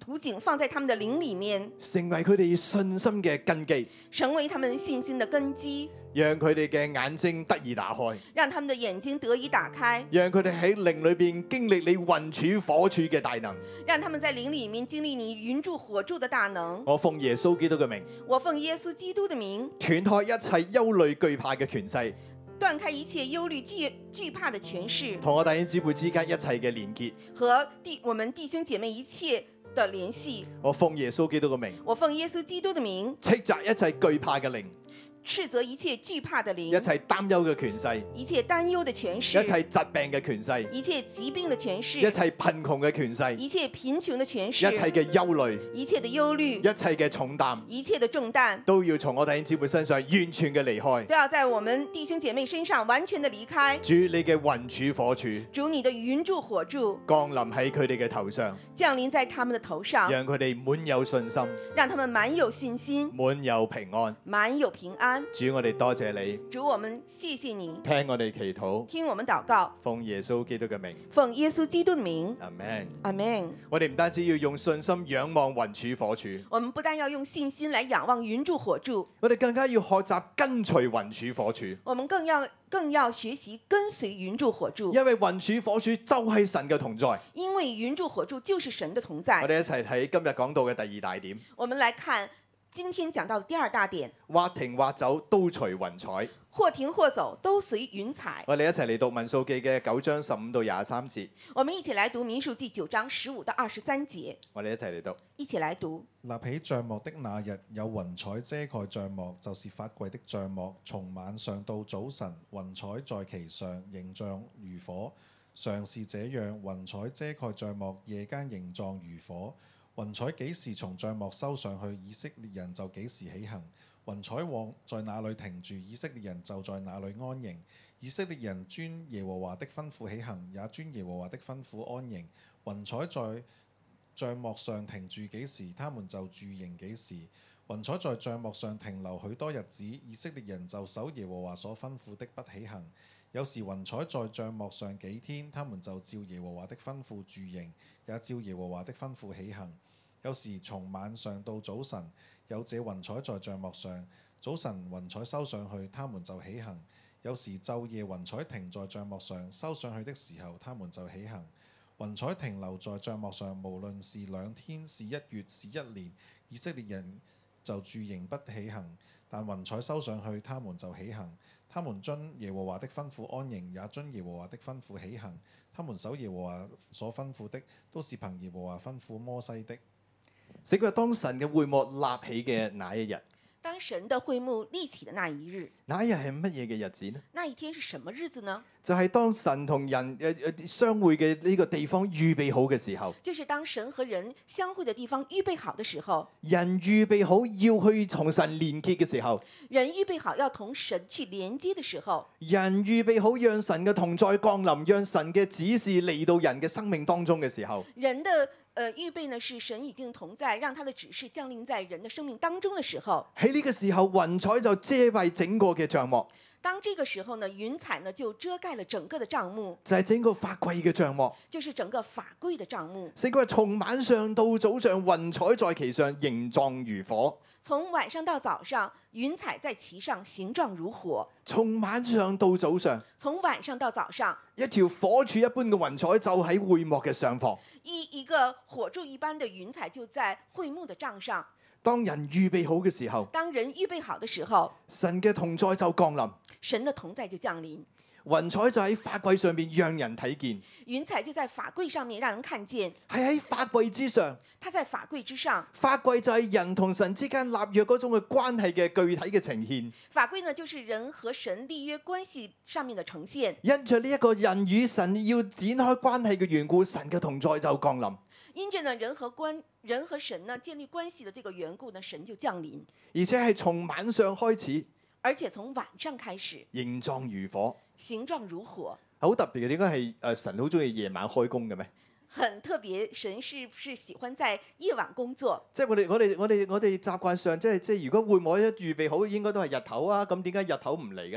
S2: 圖景放在他們的靈裡面，
S1: 成為佢哋信心嘅根基，
S2: 成為他們信心的根基，
S1: 讓佢哋嘅眼睛得以打開，
S2: 讓他們的眼睛得以打開，
S1: 讓佢哋喺靈裏邊經歷你雲柱火柱嘅大能。
S2: 讓他們在靈裡面經歷你雲柱火柱的大能。
S1: 我奉耶穌基督嘅名，
S2: 我奉耶穌基督的名，
S1: 斷開一切憂慮懼怕嘅權勢，
S2: 斷開一切憂慮懼懼怕的權勢，
S1: 同我弟兄姊妹之間一切嘅連結。
S2: 和弟我們弟兄姐妹一切的聯繫。
S1: 我奉耶穌基督嘅名，
S2: 我奉耶穌基督的名，
S1: 斥責一切懼怕嘅靈，
S2: 斥責一切懼怕的靈，
S1: 一切擔憂嘅權勢，
S2: 一切擔憂的權勢，
S1: 一切疾病嘅權勢，
S2: 一切疾病的權勢，
S1: 一切貧窮嘅權勢，
S2: 一切貧窮的權
S1: 一
S2: 勢，
S1: 切嘅憂慮，
S2: 一切的憂慮，
S1: 一切嘅重擔，
S2: 一切的重擔，
S1: 都要從我弟兄姊妹身上完全嘅離開。
S2: 都要在我們弟兄姐妹身上完全的離開。
S1: 主你嘅雲柱火柱
S2: 主你的雲柱火柱
S1: 降臨喺佢哋嘅頭上，
S2: 降臨在他們的頭上，
S1: 讓佢哋滿有信心，
S2: 讓他們滿有信心，
S1: 滿有平安。
S2: 滿有平安。
S1: 主我哋多謝你，
S2: 主我們謝謝你，
S1: 聽我哋祈禱，
S2: 聽我們禱告，
S1: 奉耶穌基督嘅名，
S2: 奉耶穌基督的名，
S1: 阿門。
S2: 阿門。
S1: 我哋唔單止要用信心仰望雲柱火柱，
S2: 我們不但要用信心來仰望雲柱火柱，
S1: 我哋更加要學習跟隨雲柱火柱，
S2: 我們更要更要學習跟隨雲柱火柱，
S1: 因為雲柱火柱就係神嘅同在。
S2: 因為雲柱火柱就是神的同在。
S1: 我哋一齊睇今日講到嘅第二大點，
S2: 我們來看今天講到的第二大點，
S1: 或停或走都隨雲彩。
S2: 或停或走都隨雲彩。
S1: 我哋一齊嚟讀民數記嘅九章十五到廿三節，
S2: 我們一起來讀民數記九章十五到二十三節，
S1: 我哋一齊嚟讀。
S2: 一起來讀。
S3: 立起帳幕的那日，有雲彩遮蓋帳幕，就是法櫃的帳幕。從晚上到早晨，雲彩在其上，形狀如火。常是這樣，雲彩遮蓋帳幕，夜間形狀如火。雲彩幾時從帳幕收上去，以色列人就幾時起行。雲彩往在那裏停住，以色列人就在那裏安營。以色列人遵耶和華的吩咐起行，也遵耶和華的吩咐安營。雲彩在帳幕上停住幾時，他們就駐營幾時。雲彩在帳幕上停留許多日子，以色列人就守耶和華所吩咐的不起行。有時雲彩在帳幕上幾天，他們就照耶和華的吩咐駐營，也照耶和華的吩咐起行。有時從晚上到早晨，有這雲彩在帳幕上，早晨雲彩收上去，他們就起行。有時晝夜雲彩停在帳幕上，收上去的時候，他們就起行。雲彩停留在帳幕上，無論是兩天、是一月、是一年，以色列人就駐營不起行。但雲彩收上去，他們就起行。他們遵耶和華的吩咐安營，也遵耶和華的吩咐起行。他們守耶和華所吩咐的，都是憑耶和華吩咐摩西的。
S1: 整個當神嘅會幕立起嘅那一日，
S2: 當神的會幕立起的那一日，
S1: 那一日係乜嘢嘅日子呢？
S2: 那一天是什麼日子呢？
S1: 就係當神同人誒誒相會嘅呢個地方預備好嘅時候，
S2: 就是當神和人相會的地方預備好的時候，
S1: 人預備好要去同神連結嘅時候，
S2: 人預備好要同神去連接的時候，
S1: 人預備好讓神嘅同在降臨，讓神嘅指示嚟到人嘅生命當中嘅時候，
S2: 人的呃預備呢是神已經同在，讓他的指示降臨在人的生命當中的時候，
S1: 喺呢個時候雲彩就遮蔽整個嘅帳幕，
S2: 當這個時候呢，雲彩呢就遮蓋了整個的帳幕，
S1: 就係整個法櫃嘅帳幕。
S2: 就是整個法櫃的帳幕。
S1: 聖經話從晚上到早上，雲彩在其上，形狀如火。
S2: 從晚上到早上，雲彩在其上，形狀如火。
S1: 從晚上到早上，
S2: 從晚上到早上，
S1: 一條火柱一般嘅雲彩就喺會幕嘅上方。
S2: 一一個火柱一般的雲彩就在會幕的帳上。
S1: 當人預備好嘅時候，
S2: 當人預備好的時候，
S1: 神嘅同在就降臨，
S2: 神的同在就降臨。
S1: 雲彩就喺法櫃上面讓人睇見，
S2: 雲彩就在法櫃上面讓人看見，
S1: 係喺法櫃之上。
S2: 它在法櫃之上。
S1: 法櫃就係人同神之間立約嗰種嘅關係嘅具體嘅呈現。
S2: 法櫃呢，就是人和神立約關係上面的呈現。
S1: 因着呢一個人與神要展開關係嘅緣故，神嘅同在就降臨。
S2: 因着呢人和關人和神呢建立關係的這個緣故呢，神就降臨，
S1: 而且係從晚上開始，
S2: 而且從晚上開始，
S1: 形狀如火。
S2: 形狀如火，
S1: 好特別嘅，點解係誒神好中意夜晚開工嘅咩？
S2: 很特別。神是不是喜歡在夜晚工作？
S1: 即係我哋我哋我哋我哋習慣上，即係即係如果會幕一預備好，應該都係日頭啊。咁點解日頭唔嚟嘅咧？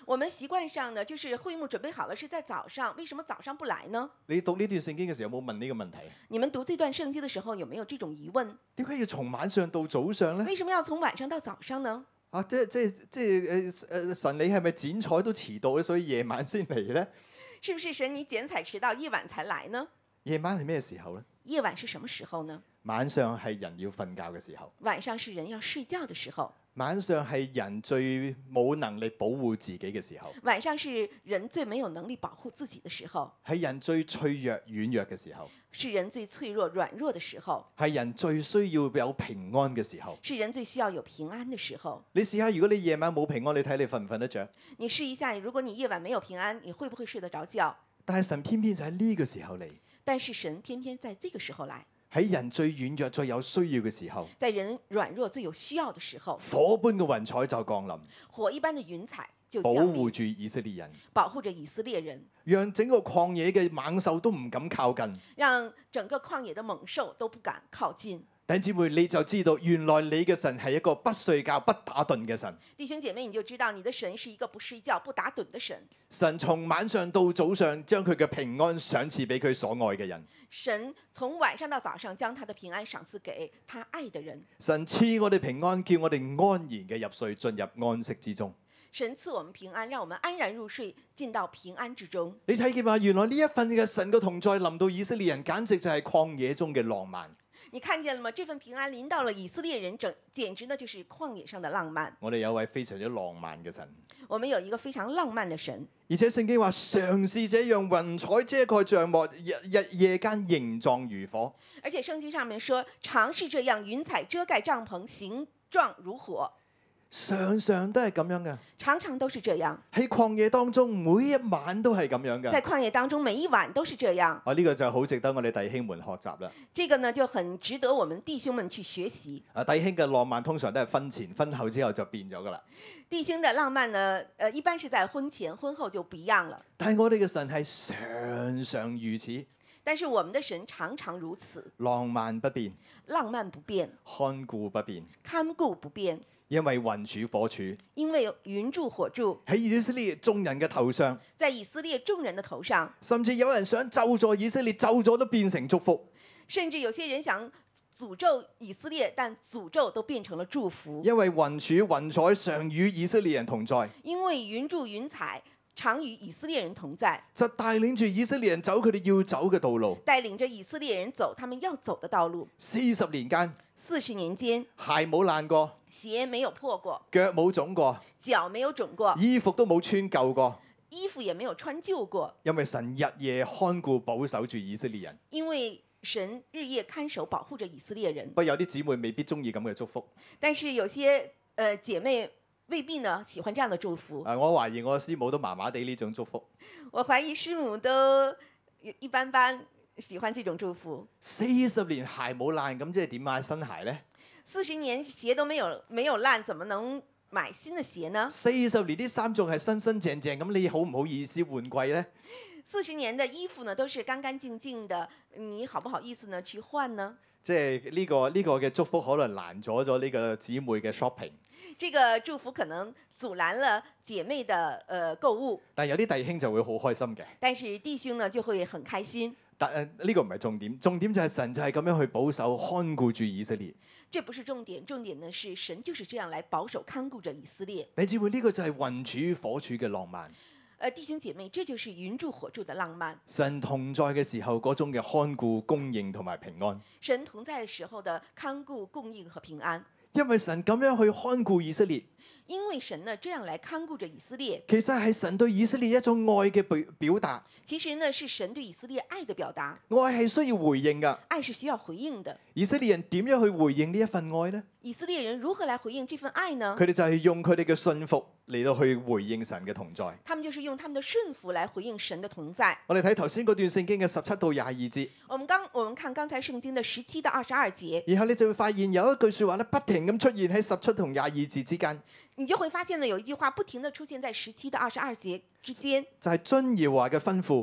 S2: 我們習慣上呢，就是會幕準備好了是在早上，為什麼早上不來呢？
S1: 你讀呢段聖經嘅時候有冇問呢個問題？
S2: 你們讀這段聖經的時候有沒有這種疑問？
S1: 點解要從晚上到早上咧？
S2: 為什麼要從晚上到早上呢？
S1: 啊，即係即係即係誒誒，神你係咪剪彩都遲到咧？所以夜晚先嚟咧？
S2: 是不是神你剪彩遲到，夜晚才來呢？
S1: 夜晚係咩時候咧？
S2: 夜晚是什麼時候呢？
S1: 晚上係人要瞓覺嘅時候。
S2: 晚上是人要睡覺的時候。
S1: 晚上係人最冇能力保護自己嘅時候。
S2: 晚上是人最沒有能力保護自己的時候。
S1: 係人最脆弱軟弱嘅時候。
S2: 是人最脆弱軟弱的時候。
S1: 係人最需要有平安嘅時候。
S2: 是人最需要有平安的時候。
S1: 你試下，如果你夜晚冇平安，你睇你瞓唔瞓得着？
S2: 你試一下，如果你夜晚沒有平安，你會不會睡得着覺？
S1: 但係神偏偏就喺呢個時候嚟。
S2: 但是神偏偏在這個時候來。
S1: 喺人最軟弱、最有需要嘅時候，
S2: 在人軟弱最有需要嘅時候，
S1: 火般嘅雲彩就降臨，
S2: 火一般嘅雲彩就
S1: 保
S2: 降臨，
S1: 護住以色列人，
S2: 保護着以色列人，
S1: 讓整個曠野嘅猛獸都唔敢靠近。
S2: 讓整個曠野的猛獸都不敢靠近。
S1: 弟兄姊妹，你就知道原來你嘅神係一個不睡覺、不打盹嘅神。
S2: 弟兄姐妹，你就知道你的神是一個不睡覺、不打盹的神。
S1: 神從晚上到早上，將佢嘅平安賞賜俾佢所愛嘅人。
S2: 神從晚上到早上，將他的平安賞賜給他愛的人。
S1: 神賜我哋平安，叫我哋安然嘅入睡，進入安息之中。
S2: 神賜我們平安，讓我們安然入睡，進到平安之中。
S1: 你睇見嘛？原來呢一份嘅神嘅同在臨到以色列人，簡直就係曠野中嘅浪漫。
S2: 你看見了嗎？這份平安臨到了以色列人，整簡直呢就是曠野上的浪漫。
S1: 我哋有位非常之浪漫嘅神。
S2: 我們有一個非常浪漫的神。
S1: 而且聖經話，常是這樣，雲彩遮蓋帳幕，日日夜間形狀如火。
S2: 而且聖經上面說，常是這樣，雲彩遮蓋帳篷，形狀如火。
S1: 常常都係咁樣嘅，
S2: 常常都是這樣。
S1: 喺曠野當中，每一晚都係咁樣嘅。
S2: 在曠野當中，每一晚都是這樣。
S1: 啊，呢個就好值得我哋弟兄們學習啦。
S2: 這個呢就很值得我們弟兄們去學習。
S1: 啊，弟兄嘅浪漫通常都係婚前、婚後之後就變咗噶啦。
S2: 弟兄的浪漫呢，呃，一般是在婚前、婚後就不一樣了。
S1: 但係我哋嘅神係常常如此。
S2: 但是我們的神常常如此，
S1: 浪漫不變，
S2: 浪漫不變，
S1: 看顧不變，
S2: 看顧不變。
S1: 因為雲柱火柱，
S2: 因為雲柱火柱
S1: 喺以色列眾人嘅頭上，
S2: 在以色列眾人的頭上，
S1: 甚至有人想咒詛以色列，咒詛都變成祝福。
S2: 甚至有些人想詛咒以色列，但詛咒都變成了祝福。
S1: 因為雲柱雲彩常與以色列人同在，
S2: 因為雲柱雲彩常與以色列人同在，
S1: 就帶領住以色列人走佢哋要走嘅道路，
S2: 帶領着以色列人走他們要走的道路。
S1: 四十年間，
S2: 四十年間，
S1: 鞋冇爛過，
S2: 鞋沒有破過，
S1: 腳冇腫過，
S2: 腳沒有腫過，
S1: 衣服都冇穿舊過，
S2: 衣服也沒有穿舊過。
S1: 因為神日夜看顧保守住以色列人。
S2: 因為神日夜看守保護着以色列人。
S1: 不過有啲姊妹未必中意咁嘅祝福。
S2: 但是有些呃姐妹未必呢喜歡這樣的祝福。
S1: 啊，我懷疑我師母都麻麻地呢種祝福。
S2: 我懷疑師母都一般般喜歡這種祝福。
S1: 四十年鞋冇爛，咁即係點買新鞋呢？
S2: 四十年鞋都沒有沒有爛，怎麼能買新的鞋呢？
S1: 四十年啲衫仲係新新淨淨，咁你好唔好意思換季呢？
S2: 四十年的衣服呢都是乾乾淨淨的，你好不好意思呢去換呢？
S1: 即係呢個呢個嘅祝福可能攔咗咗呢個姊妹嘅 shopping。
S2: 這個祝福可能阻攔了姐妹的呃購物。
S1: 但係有啲弟兄就會好開心嘅。
S2: 但是弟兄呢就會很開心。
S1: 但誒呢個唔係重點，重點就係神就係咁樣去保守看顧住以色列。
S2: 這不是重點，重點呢是神就是這樣來保守看顧着以色列。
S1: 弟兄姊妹，呢個就係雲柱火柱嘅浪漫。
S2: 呃，弟兄姐妹，這就是雲柱火柱的浪漫。
S1: 神同在嘅時候嗰種嘅看顧、供應同埋平安。
S2: 神同在的時候的看顧、供應和平安。
S1: 因為神咁樣去看顧以色列。
S2: 因為神呢這樣來看顧着以色列。
S1: 其實係神對以色列一種愛嘅表表達。
S2: 其實呢是神對以色列愛的表達。
S1: 愛係需要回應㗎。
S2: 愛是需要回應的。
S1: 以色列人點樣去回應呢一份愛呢？
S2: 以色列人如何來回應這份愛呢？
S1: 佢哋就係用佢哋嘅信服嚟到去回應神嘅同在。
S2: 他們就是用他們的順服來回應神的同在。
S1: 我哋睇頭先嗰段聖經嘅十七到廿二節。
S2: 我們剛我們看剛才聖經的十七到二十二節。
S1: 然後你就會發現有一句説話咧，不停咁出現喺十七同廿二節之間。
S2: 你就會發現呢，有一句話不停地出現在十七到二十二節之間。
S1: 就係遵耶和華嘅吩咐。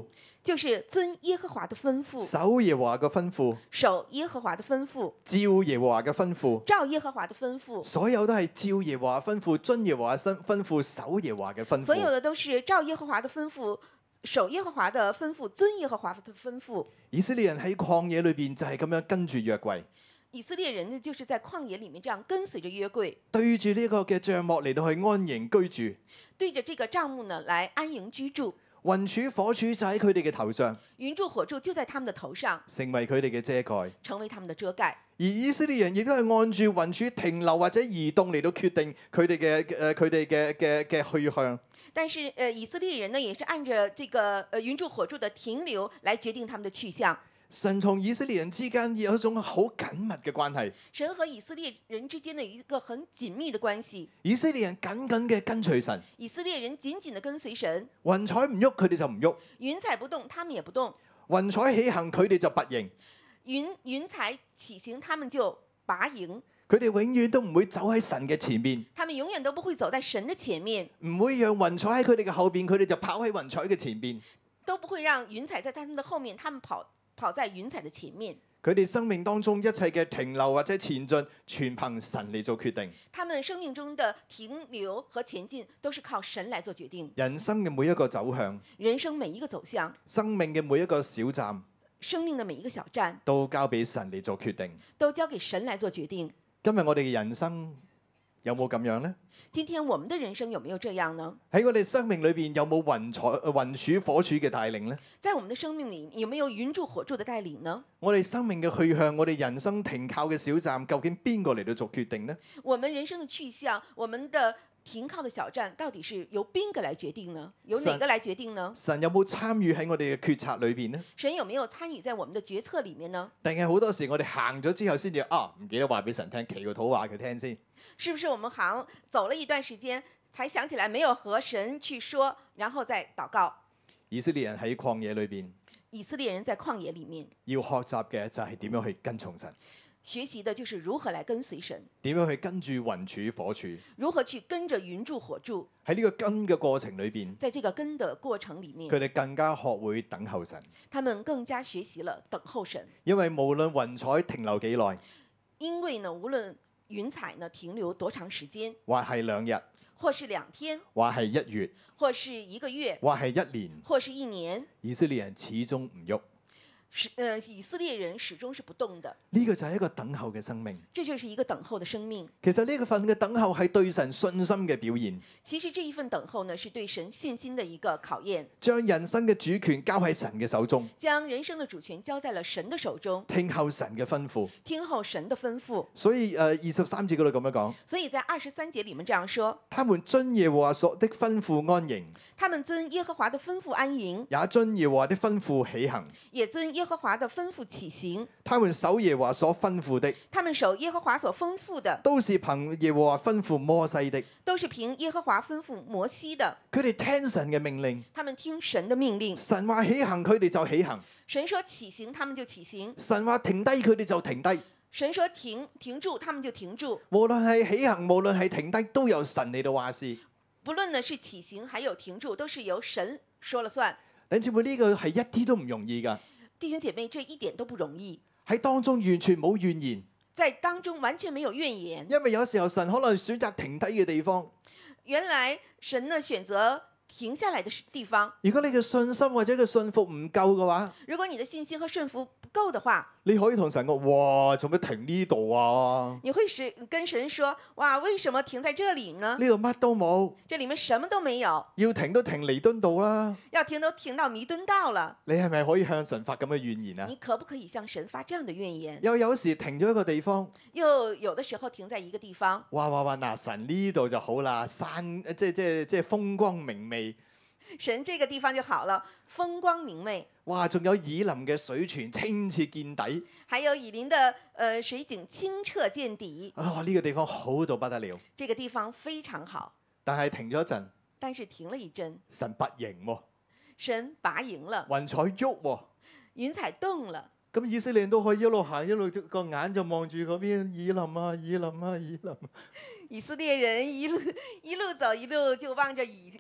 S2: 就是遵耶和華的吩咐，
S1: 守耶和華嘅吩咐，
S2: 守耶和華的吩咐，
S1: 照耶和華嘅吩咐，
S2: 照耶和華的吩咐，
S1: 所有都係照耶和華吩咐，遵耶和華吩吩咐，守耶和華嘅吩
S2: 所有
S1: 咐。
S2: 的都是照耶和華的吩咐，守耶和華的吩咐，遵耶和華的吩咐。
S1: 以色列人喺曠野裏邊就係咁樣跟住約櫃，
S2: 以色列人呢，就是在曠野裡面這樣跟隨着約櫃，
S1: 對住呢個嘅帳幕嚟到去安營居住。
S2: 對着這個帳幕呢來安營居住。
S1: 雲柱火柱就喺佢哋嘅頭上，
S2: 雲柱火柱就在他們的頭上，
S1: 成為佢哋嘅遮蓋。
S2: 成為他們的遮蓋。
S1: 而以色列人亦都係按住雲柱停留或者移動嚟到決定佢哋嘅誒佢哋嘅嘅嘅去向。
S2: 但是，呃，以色列人呢，也是按着這個呃雲柱火柱的停留來決定他們的去向。
S1: 神同以色列人之間有一種好緊密嘅關係。
S2: 神和以色列人之間的一個很緊密的關係。
S1: 以色列人緊緊嘅跟隨神，
S2: 以色列人緊緊的跟隨神。
S1: 雲彩唔喐，佢哋就唔喐；
S2: 雲彩不動，他們也不動。
S1: 雲彩起行，佢哋就拔營。
S2: 雲雲彩起行，他們就拔營。
S1: 佢哋永遠都唔會走喺神嘅前面，
S2: 他們永遠都不會走在神的前面，
S1: 唔會讓雲彩喺佢哋嘅後邊，佢哋就跑喺雲彩嘅前邊。
S2: 都不會讓雲彩在他們的後面，他們跑跑在雲彩的前面。
S1: 佢哋生命當中一切嘅停留或者前進，全憑神嚟做決定。
S2: 他們生命中的停留和前進，都是靠神來做決定。
S1: 人生嘅每一個走向，
S2: 人生每一個走向，
S1: 生命嘅每一個小站，
S2: 生命的每一個小站，
S1: 都交俾神嚟做決定。
S2: 都交給神來做決定。
S1: 今日我哋嘅人生有冇咁樣呢？
S2: 今天我們的人生有沒有這樣呢？
S1: 喺我哋生命裏邊有冇雲彩、呃雲柱、火柱嘅帶領呢？
S2: 在我們的生命裡有沒有雲柱火柱的帶領呢？
S1: 我哋生命嘅去向，我哋人生停靠嘅小站，究竟邊個嚟到做決定呢？
S2: 我們人生的去向，我們的停靠的小站，到底是由邊個來決定呢？由哪個來決定呢？
S1: 神有冇參與喺我哋嘅決策裏邊呢？
S2: 神有沒有參與在我們的決策裡面呢？
S1: 定係好多時我哋行咗之後先至啊，唔記得話俾神聽，祈個禱話佢聽先。
S2: 是不是我們行走了一段時間，才想起來沒有和神去說，然後再禱告？
S1: 以色列人喺曠野裏邊，
S2: 以色列人在曠野裡面
S1: 要學習嘅就係點樣去跟從神，
S2: 學習的就是如何來跟隨神，
S1: 點樣去跟住雲柱火柱。
S2: 如何去跟着雲柱火柱。
S1: 喺呢個跟嘅過程裏邊，
S2: 在這個跟的過程裡面，
S1: 佢哋更加學會等候神，
S2: 他們更加學習了等候神。
S1: 因為無論雲彩停留幾耐，
S2: 因為呢，無論雲彩呢停留多長時間，
S1: 或係兩日，
S2: 或是兩天，
S1: 或係一月，
S2: 或是一個月，
S1: 或係一年，
S2: 或是一年，
S1: 以色列人始終唔喐。
S2: 是呃，以色列人始終是不動的。
S1: 呢個就係一個等候嘅生命。
S2: 這就是一個等候的生命。
S1: 其實呢個份嘅等候係對神信心嘅表現，
S2: 其實這一份等候呢，是對神信心的一個考驗。
S1: 將人生嘅主權交喺神嘅手中，
S2: 將人生的主權交在了神的手中，
S1: 聽候神嘅吩咐。
S2: 聽候神的吩咐。
S1: 所以誒，二十三節嗰度咁樣講，
S2: 所以在二十三節裡面這樣說：
S1: 他們遵耶和華所的吩咐安營，
S2: 他們遵耶和華的吩咐安營，
S1: 也遵耶和華的吩咐起行。
S2: 也遵耶和華的吩咐起行。
S1: 他們守耶和華所吩咐的，
S2: 他們守耶和華所吩咐的，
S1: 都是憑耶和華吩咐摩西的。
S2: 都是憑耶和華吩咐摩西的。
S1: 佢哋聽神嘅命令，
S2: 他們聽神的命令。
S1: 神話起行，佢哋就起行；
S2: 神說起行，他們就起行。
S1: 神話停低，佢哋就停低。
S2: 神說停停住，他們就停住。
S1: 無論係起行，無論係停低，都由神嚟到話事。
S2: 不論呢是起行，還有停住，都是由神說了算。
S1: 弟兄姊妹，呢個係一啲都唔容易噶，
S2: 弟兄姐妹，這一點都不容易。
S1: 喺當中完全冇怨言，
S2: 在當中完全沒有怨言。
S1: 因為有時候神可能選擇停低嘅地方。
S2: 原來神呢選擇停下來的地方。
S1: 如果你嘅信心或者嘅信服唔夠嘅話，
S2: 如果你的信心和順服不夠的話，
S1: 你可以同神講：哇，做咩停呢度啊？
S2: 你會是跟神說：哇，為什麼停在這裡呢？
S1: 呢度乜都冇，
S2: 這裡面什麼都沒有，
S1: 要停都停彌敦道啦。
S2: 要停都停到彌敦道了。
S1: 你係咪可以向神發咁嘅怨言啊
S2: 你？可不可以向神發這樣的怨言？
S1: 又有時停咗一個地方，
S2: 又有的時候停在一個地方，
S1: 哇哇哇！嗱，神呢度就好啦，山即係即係即係風光明媚。
S2: 神這個地方就好了，風光明媚。
S1: 哇！仲有以林嘅水泉清澈見底。
S2: 還有以林的呃水景清澈見底。
S1: 啊！呢個地方好到不得了。
S2: 這個地方非常好。
S1: 但係停咗一陣，
S2: 但是停了一陣，
S1: 神拔營喎，
S2: 神拔營了，
S1: 雲彩喐喎，
S2: 雲彩動了。
S1: 咁以色列人都可以一路行一路個眼就望住嗰邊以林啊以林啊以林。
S2: 以色列人一路一路走一路就望着以以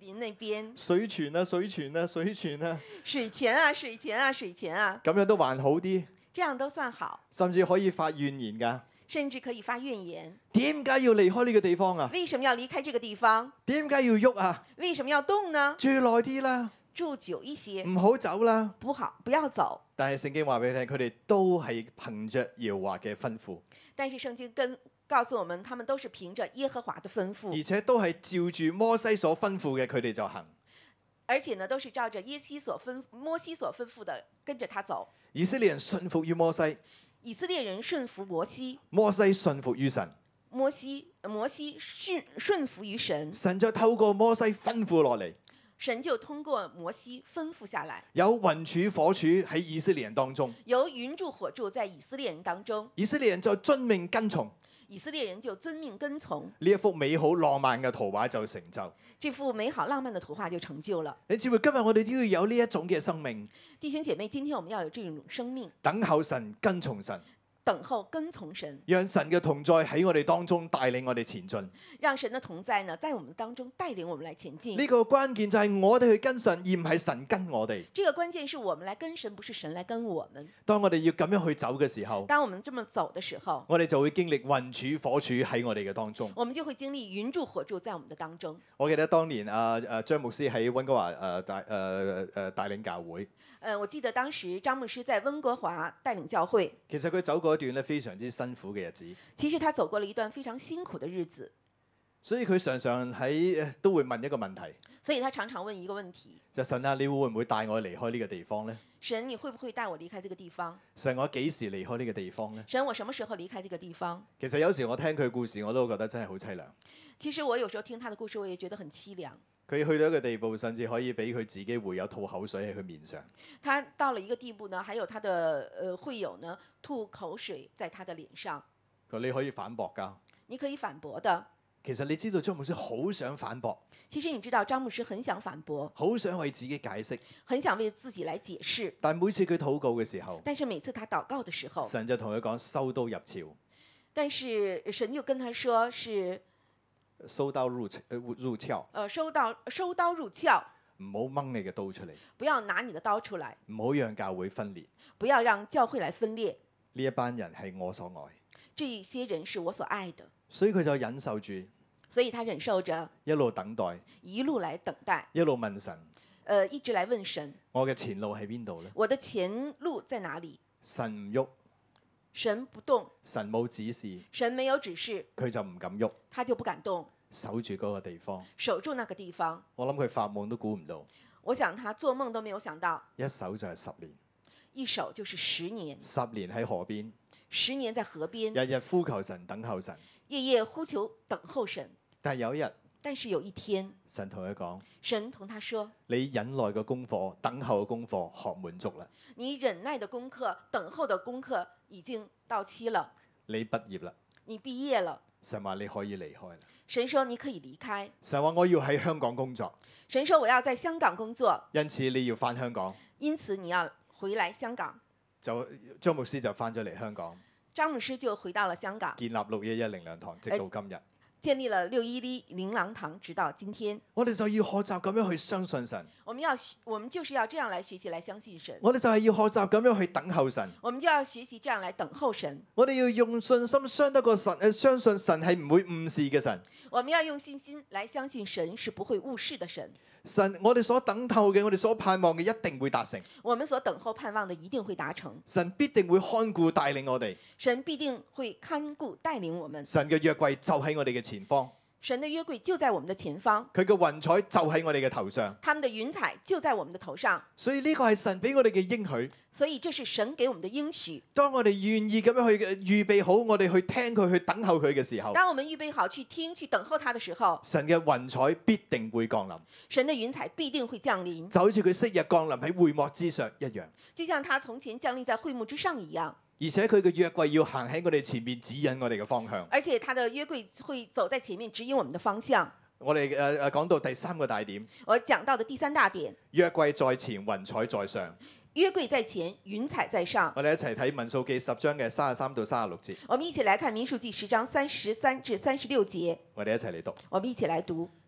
S2: 林那邊，
S1: 水泉啊，水泉啊，水泉啊，
S2: 水泉啊，水泉啊，水泉啊，
S1: 咁樣都還好啲，
S2: 這樣都算好，
S1: 甚至可以發怨言㗎。
S2: 甚至可以發怨言。
S1: 點解要離開呢個地方啊？
S2: 為什麼要離開這個地方？
S1: 點解要喐啊？
S2: 為什麼要動呢？
S1: 住耐啲啦，
S2: 住久一些，
S1: 唔好走啦。
S2: 不好，不要走。
S1: 但係聖經話俾你聽，佢哋都係憑着耶和華嘅吩咐，
S2: 但是聖經跟告訴我們，他們都是憑着耶和華的吩咐，
S1: 而且都係照住摩西所吩咐嘅，佢哋就行。
S2: 而且呢，都是照着耶西所吩摩西所吩咐的，跟着他走。
S1: 以色列人信服於摩西，
S2: 以色列人順服摩西，
S1: 摩西信服於神，
S2: 摩西摩西順順服於神，
S1: 神就透過摩西吩咐落嚟，
S2: 神就通過摩西吩咐下來，
S1: 有雲柱火柱喺以色列人當中，
S2: 由雲柱火柱在以色列人當中，
S1: 以色列人就遵命跟從，
S2: 以色列人就遵命跟從，
S1: 呢一幅美好浪漫嘅圖畫就成就。
S2: 這幅美好浪漫的圖畫就成就了。
S1: 你知唔知今日我哋都要有呢一種嘅生命，
S2: 弟兄姐妹，今天我們要有這種生命，
S1: 等候神，跟從神，
S2: 等候跟從神，
S1: 讓神嘅同在喺我哋當中帶領我哋前進。
S2: 讓神的同在呢，在我們當中帶領我們來前進。
S1: 呢個關鍵就係我哋去跟神，而唔係神跟我哋。
S2: 這個關鍵是我們來跟神，不是神來跟我們。
S1: 當我哋要咁樣去走嘅時候，
S2: 當我們這麼走的時候，
S1: 我哋就會經歷雲柱火柱喺我哋嘅當中。
S2: 我們就會經歷雲柱火柱在我們的當中。
S1: 我記得當年啊啊張牧師喺溫哥華誒帶誒誒帶領教會，
S2: 呃，我記得當時張牧師在溫哥華帶領教會，
S1: 其實佢走過一段咧非常之辛苦嘅日子，
S2: 其實他走過了一段非常辛苦的日子，
S1: 所以佢常常喺都會問一個問題，
S2: 所以他常常問一個問題：
S1: 就神啊，你會唔會帶我離開呢個地方呢？
S2: 神，你會不會帶我離開這個地方？
S1: 神，我幾時離開呢個地方呢？
S2: 神，我什麼時候離開這個地方？
S1: 其實有時我聽佢故事，我都覺得真係好凄涼。
S2: 其實我有時候聽他的故事，我也覺得很凄涼。
S1: 佢去到一個地步，甚至可以俾佢自己會友吐口水喺佢面上。
S2: 他到了一個地步呢，還有他的呃會友呢吐口水在他的臉上。
S1: 佢你可以反駁㗎。
S2: 你可以反駁的。
S1: 其實你知道張牧師好想反駁，
S2: 其實你知道張牧師很想反駁，
S1: 好想為自己解釋，
S2: 很想為自己來解釋。
S1: 但每次佢禱告嘅時候，
S2: 但是每次他禱告的時候，
S1: 神就同佢講收刀入鞘。
S2: 但是神就跟他說是
S1: 收刀入入鞘，
S2: 呃收刀收刀入鞘，
S1: 唔好掹你嘅刀出嚟，
S2: 不要拿你的刀出來，
S1: 唔好讓教會分裂。
S2: 不要讓教會來分裂。
S1: 呢一班人係我所愛，
S2: 這一些人是我所愛的，
S1: 所以佢就忍受住，
S2: 所以他忍受着，
S1: 一路等待，
S2: 一路來等待，
S1: 一路問神，
S2: 呃，一直來問神，
S1: 我嘅前路喺邊度呢？
S2: 我的前路在哪裡？
S1: 神唔喐，
S2: 神不動，
S1: 神冇指示，
S2: 神沒有指示，
S1: 佢就唔敢喐，
S2: 他就不敢動，
S1: 守住嗰個地方。
S2: 守住那個地方。
S1: 我諗佢發夢都估唔到，
S2: 我想他做夢都沒有想到，
S1: 一守就係十年，
S2: 一守就是十年，
S1: 十年喺河邊，
S2: 十年在河邊，
S1: 日日呼求神，等候神。
S2: 夜夜呼求等候神。
S1: 但係有一日，
S2: 但是有一天，
S1: 神同佢講：
S2: 神同他說：
S1: 你忍耐嘅功課、等候嘅功課學滿足啦，
S2: 你忍耐的功課、等候的功課已經到期了，
S1: 你畢業啦。
S2: 你畢業了。
S1: 神話你可以離開啦。
S2: 神說你可以離開。
S1: 神話我要喺香港工作，
S2: 神說我要在香港工作，
S1: 因此你要翻香港。
S2: 因此你要回來香港。
S1: 就張牧師就翻咗嚟香港，
S2: 張牧師就回到了香港，
S1: 建立六一一靈糧堂，直到今日。
S2: 建立了六一一靈糧堂，直到今天。
S1: 我哋就要學習咁樣去相信神。
S2: 我們要，我們就是要這樣來學習，來相信神。
S1: 我哋就係要學習咁樣去等候神。
S2: 我們就要學習這樣來等候神。
S1: 我哋要用信心相得過神，誒，相信神係唔會誤事嘅神。
S2: 我們要用信心來相信神是不會誤事的神。
S1: 神，我哋所等候嘅，我哋所盼望嘅，一定會達成。
S2: 我們所等候盼望的一定會達成。
S1: 神必定會看顧帶領我哋。
S2: 神必定會看顧帶領我們。
S1: 神嘅約櫃就喺我哋嘅前方。
S2: 神的約櫃就在我們的前方，
S1: 佢嘅雲彩就喺我哋嘅頭上，
S2: 他們的雲彩就在我們的頭上。
S1: 所以呢個係神俾我哋嘅應許。
S2: 所以這是神給我們的應許。
S1: 當我哋願意咁樣去預備好，我哋去聽佢，去等候佢嘅時候，
S2: 當我們預備好去聽、去等候他的時候，
S1: 神嘅雲彩必定會降臨。
S2: 神的雲彩必定會降臨，
S1: 就好似佢昔日降臨喺會幕之上一樣。
S2: 就像他從前降臨在會幕之上一樣。
S1: 而且佢嘅約櫃要行喺我哋前面指引我哋嘅方向。
S2: 而且他的約櫃會走在前面指引我們的方向。
S1: 我哋誒誒講到第三個大點，
S2: 我講到的第三大點，
S1: 約櫃在前，雲彩在上。
S2: 約櫃在前，雲彩在上。
S1: 我哋一齊睇民數記十章嘅三十三到三十六節。
S2: 我們一起來看民數記十章三十三至三十六節。
S1: 我哋一齊嚟讀。
S2: 我們一起來讀。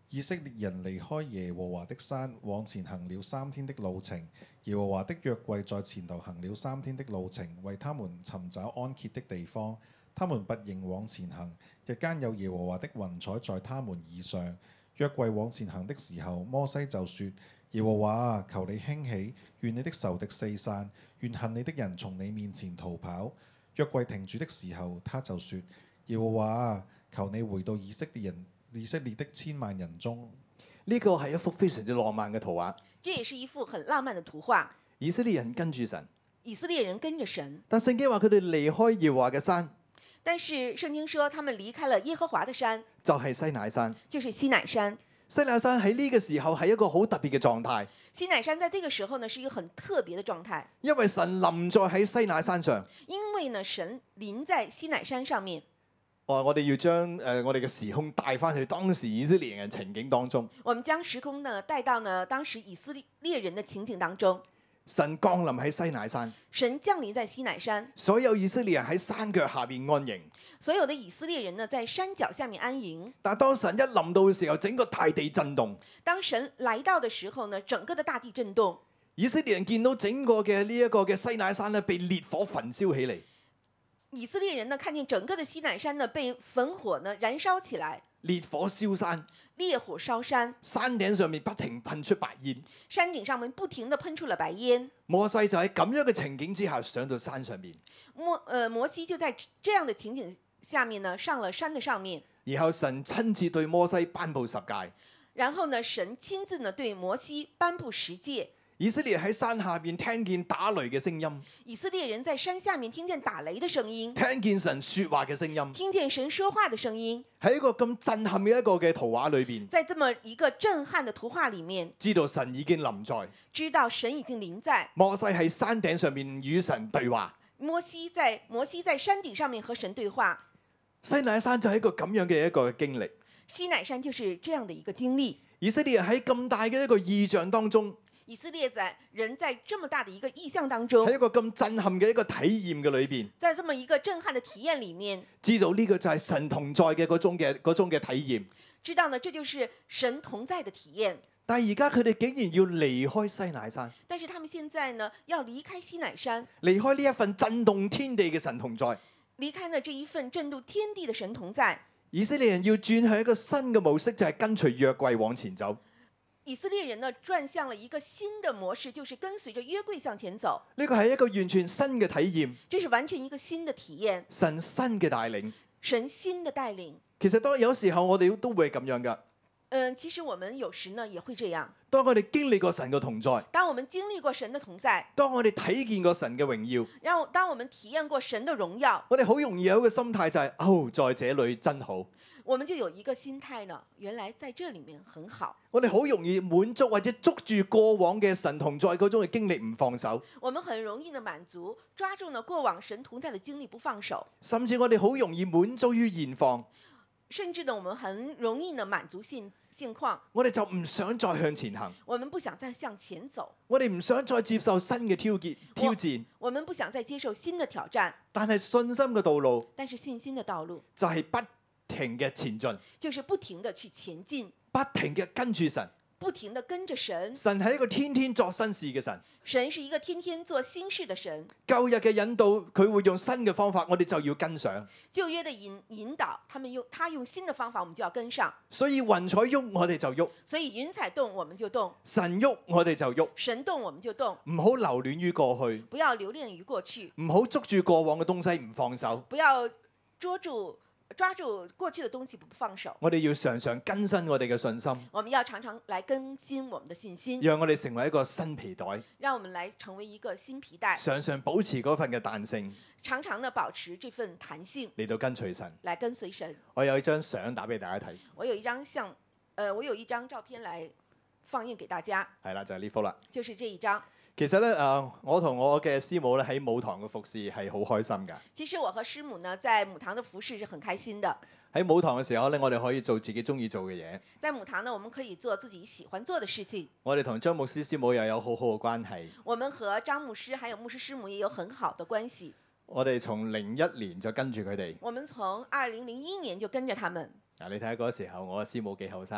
S3: 以色列人離開耶和華的山，往前行了三天的路程。耶和華的約櫃在前頭行了三天的路程，為他們尋找安歇的地方。他們不認往前行，日間有耶和華的雲彩在他們以上。約櫃往前行的時候，摩西就說：耶和華啊，求你興起，願你的仇敵四散，願恨你的人從你面前逃跑。約櫃停住的時候，他就說：耶和華啊，求你回到以色列人。以色列的千萬人中，
S1: 呢個係一幅非常之浪漫嘅圖畫。
S2: 這也是一幅很浪漫的圖畫。
S1: 以色列人跟住神，
S2: 以色列人跟着神，
S1: 但聖經話佢哋離開耶和華嘅山，
S2: 但是聖經說他們離開了耶和華的山，
S1: 就係西乃山。
S2: 就是西乃山。
S1: 西乃山喺呢個時候係一個好特別嘅狀態，
S2: 西乃山在這個時候呢是一個很特別的狀態，
S1: 因為神臨在喺西乃山上。
S2: 因為呢神臨在西乃山上面。
S1: 哦，我哋要將誒、呃、我哋嘅時空帶翻去當時以色列人嘅情景當中。
S2: 我們將時空呢帶到呢當時以色列人的情景當中。
S1: 神降臨喺西乃山，
S2: 神降臨在西乃山，
S1: 所有以色列人喺山腳下邊安營。
S2: 所有的以色列人呢在山腳下面安營。
S1: 但係當神一臨到嘅時候，整個大地震動。
S2: 當神來到的時候呢，整個的大地震動。
S1: 以色列人見到整個嘅呢一個嘅西乃山咧被烈火焚燒起嚟。
S2: 以色列人呢，看見整個的西乃山呢被焚火呢燃燒起來，
S1: 烈火燒山，
S2: 烈火燒山，
S1: 山頂上面不停噴出白煙，
S2: 山頂上面不停地噴出了白煙。
S1: 摩西就喺咁樣嘅情景之下上到山上面，
S2: 摩呃摩西就在這樣的情景下面呢上了山的上面，
S1: 然後神親自對摩西頒布十誡，
S2: 然後呢神親自呢對摩西頒布十誡。
S1: 以色列喺山下邊聽見打雷嘅聲音，
S2: 以色列人在山下面聽見打雷的聲音，
S1: 聽見神說話嘅聲音，
S2: 聽見神說話的聲音。
S1: 喺一個咁震撼嘅一個嘅圖畫裏邊，
S2: 在這麼一個震撼的圖畫裡面，
S1: 知道神已經臨在，
S2: 知道神已經臨在。
S1: 摩西喺山頂上面與神對話，
S2: 摩西在摩西在山頂上面和神對話。
S1: 西乃山就係一個咁樣嘅一個經歷，
S2: 西乃山就是這樣的一個經歷。
S1: 以色列人喺咁大嘅一個異象當中。
S2: 以色列在人在這麼大的一個意象當中，
S1: 喺一個咁震撼嘅一個體驗嘅裏邊，
S2: 在這麼一個震撼的體驗裡面，
S1: 知道呢個就係神同在嘅嗰種嘅嗰種嘅體驗。
S2: 知道呢，這就是神同在的體驗。
S1: 但係而家佢哋竟然要離開西乃山，
S2: 但是他們現在呢，要離開西乃山，
S1: 離開呢一份震動天地嘅神同在，
S2: 離開呢這一份震動天地的神同在。
S1: 以色列人要轉向一個新嘅模式，就係跟隨約櫃往前走。
S2: 以色列人呢轉向了一個新的模式，就是跟隨着約櫃向前走。
S1: 呢個係一個完全新嘅體驗，
S2: 這是完全一個新的體驗。
S1: 神新嘅帶領，
S2: 神新的帶領。
S1: 其實當有時候我哋都會咁樣噶。
S2: 嗯，其實我們有時呢也會這樣。
S1: 當我哋經歷過神嘅同在，
S2: 當我們經歷過神的同在，
S1: 當我哋睇見過神嘅榮耀，
S2: 然後當我們體驗過神的榮耀，
S1: 我哋好容易有一個心態就係、是，哦，在這裏真好。
S2: 我們就有一個心態呢，原來在這裡面很好。
S1: 我哋好容易滿足或者捉住過往嘅神同在嗰種嘅經歷唔放手。
S2: 我們很容易呢滿足，抓住呢過往神同在的經歷不放手。
S1: 甚至我哋好容易滿足於現況。
S2: 甚至呢，我們很容易呢滿足現現況。
S1: 我哋就唔想再向前行。
S2: 我們不想再向前走。
S1: 我哋唔想再接受新嘅挑戰挑戰。
S2: 我們不想再接受新的挑戰。
S1: 但係信心嘅道路，
S2: 但是信心的道路
S1: 就係不停嘅前進，
S2: 就是不停的去前進，
S1: 不停嘅跟住神，
S2: 不停的跟着神。
S1: 神係一個天天作新事嘅神，
S2: 神是一個天天做新事的神。
S1: 舊日嘅引導，佢會用新嘅方法，我哋就要跟上。
S2: 舊約的引引導，他們用他用新的方法，我們就要跟上。
S1: 所以雲彩喐，我哋就喐；
S2: 所以雲彩動，我們就動；
S1: 神喐，我哋就喐。
S2: 神動，我們就動。
S1: 唔好留戀於過去，
S2: 不要留戀於過去，
S1: 唔好捉住過往嘅東西唔放手，
S2: 不要捉住。抓住過去的東西不放手，
S1: 我哋要常常更新我哋嘅信心。
S2: 我們要常常來更新我們的信心，
S1: 讓我哋成為一個新皮袋，
S2: 讓我們來成為一個新皮袋，
S1: 常常保持嗰份嘅彈性，
S2: 常常呢保持這份彈性
S1: 嚟到跟隨神，
S2: 來跟隨神。
S1: 我有一張相打俾大家睇，
S2: 我有一張相，呃，我有一張照片來放映給大家，
S1: 係啦，就係呢幅啦，
S2: 就是這一張。
S1: 其實咧，誒、呃，我同我嘅師母咧喺母堂嘅服侍係好開心㗎。
S2: 其實我和師母呢，在母堂的服侍是很開心的。
S1: 喺母堂嘅時候咧，我哋可以做自己中意做嘅嘢。
S2: 在母堂呢，我們可以做自己喜歡做的事情。
S1: 我哋同張牧師師母又有好好嘅關係。
S2: 我們和張牧師還有牧師師母也有很好的關係。
S1: 我哋從零一年就跟住佢哋。
S2: 我們從二零零一年就跟着他們。
S1: 嗱，你睇下嗰時候我嘅師母幾後生。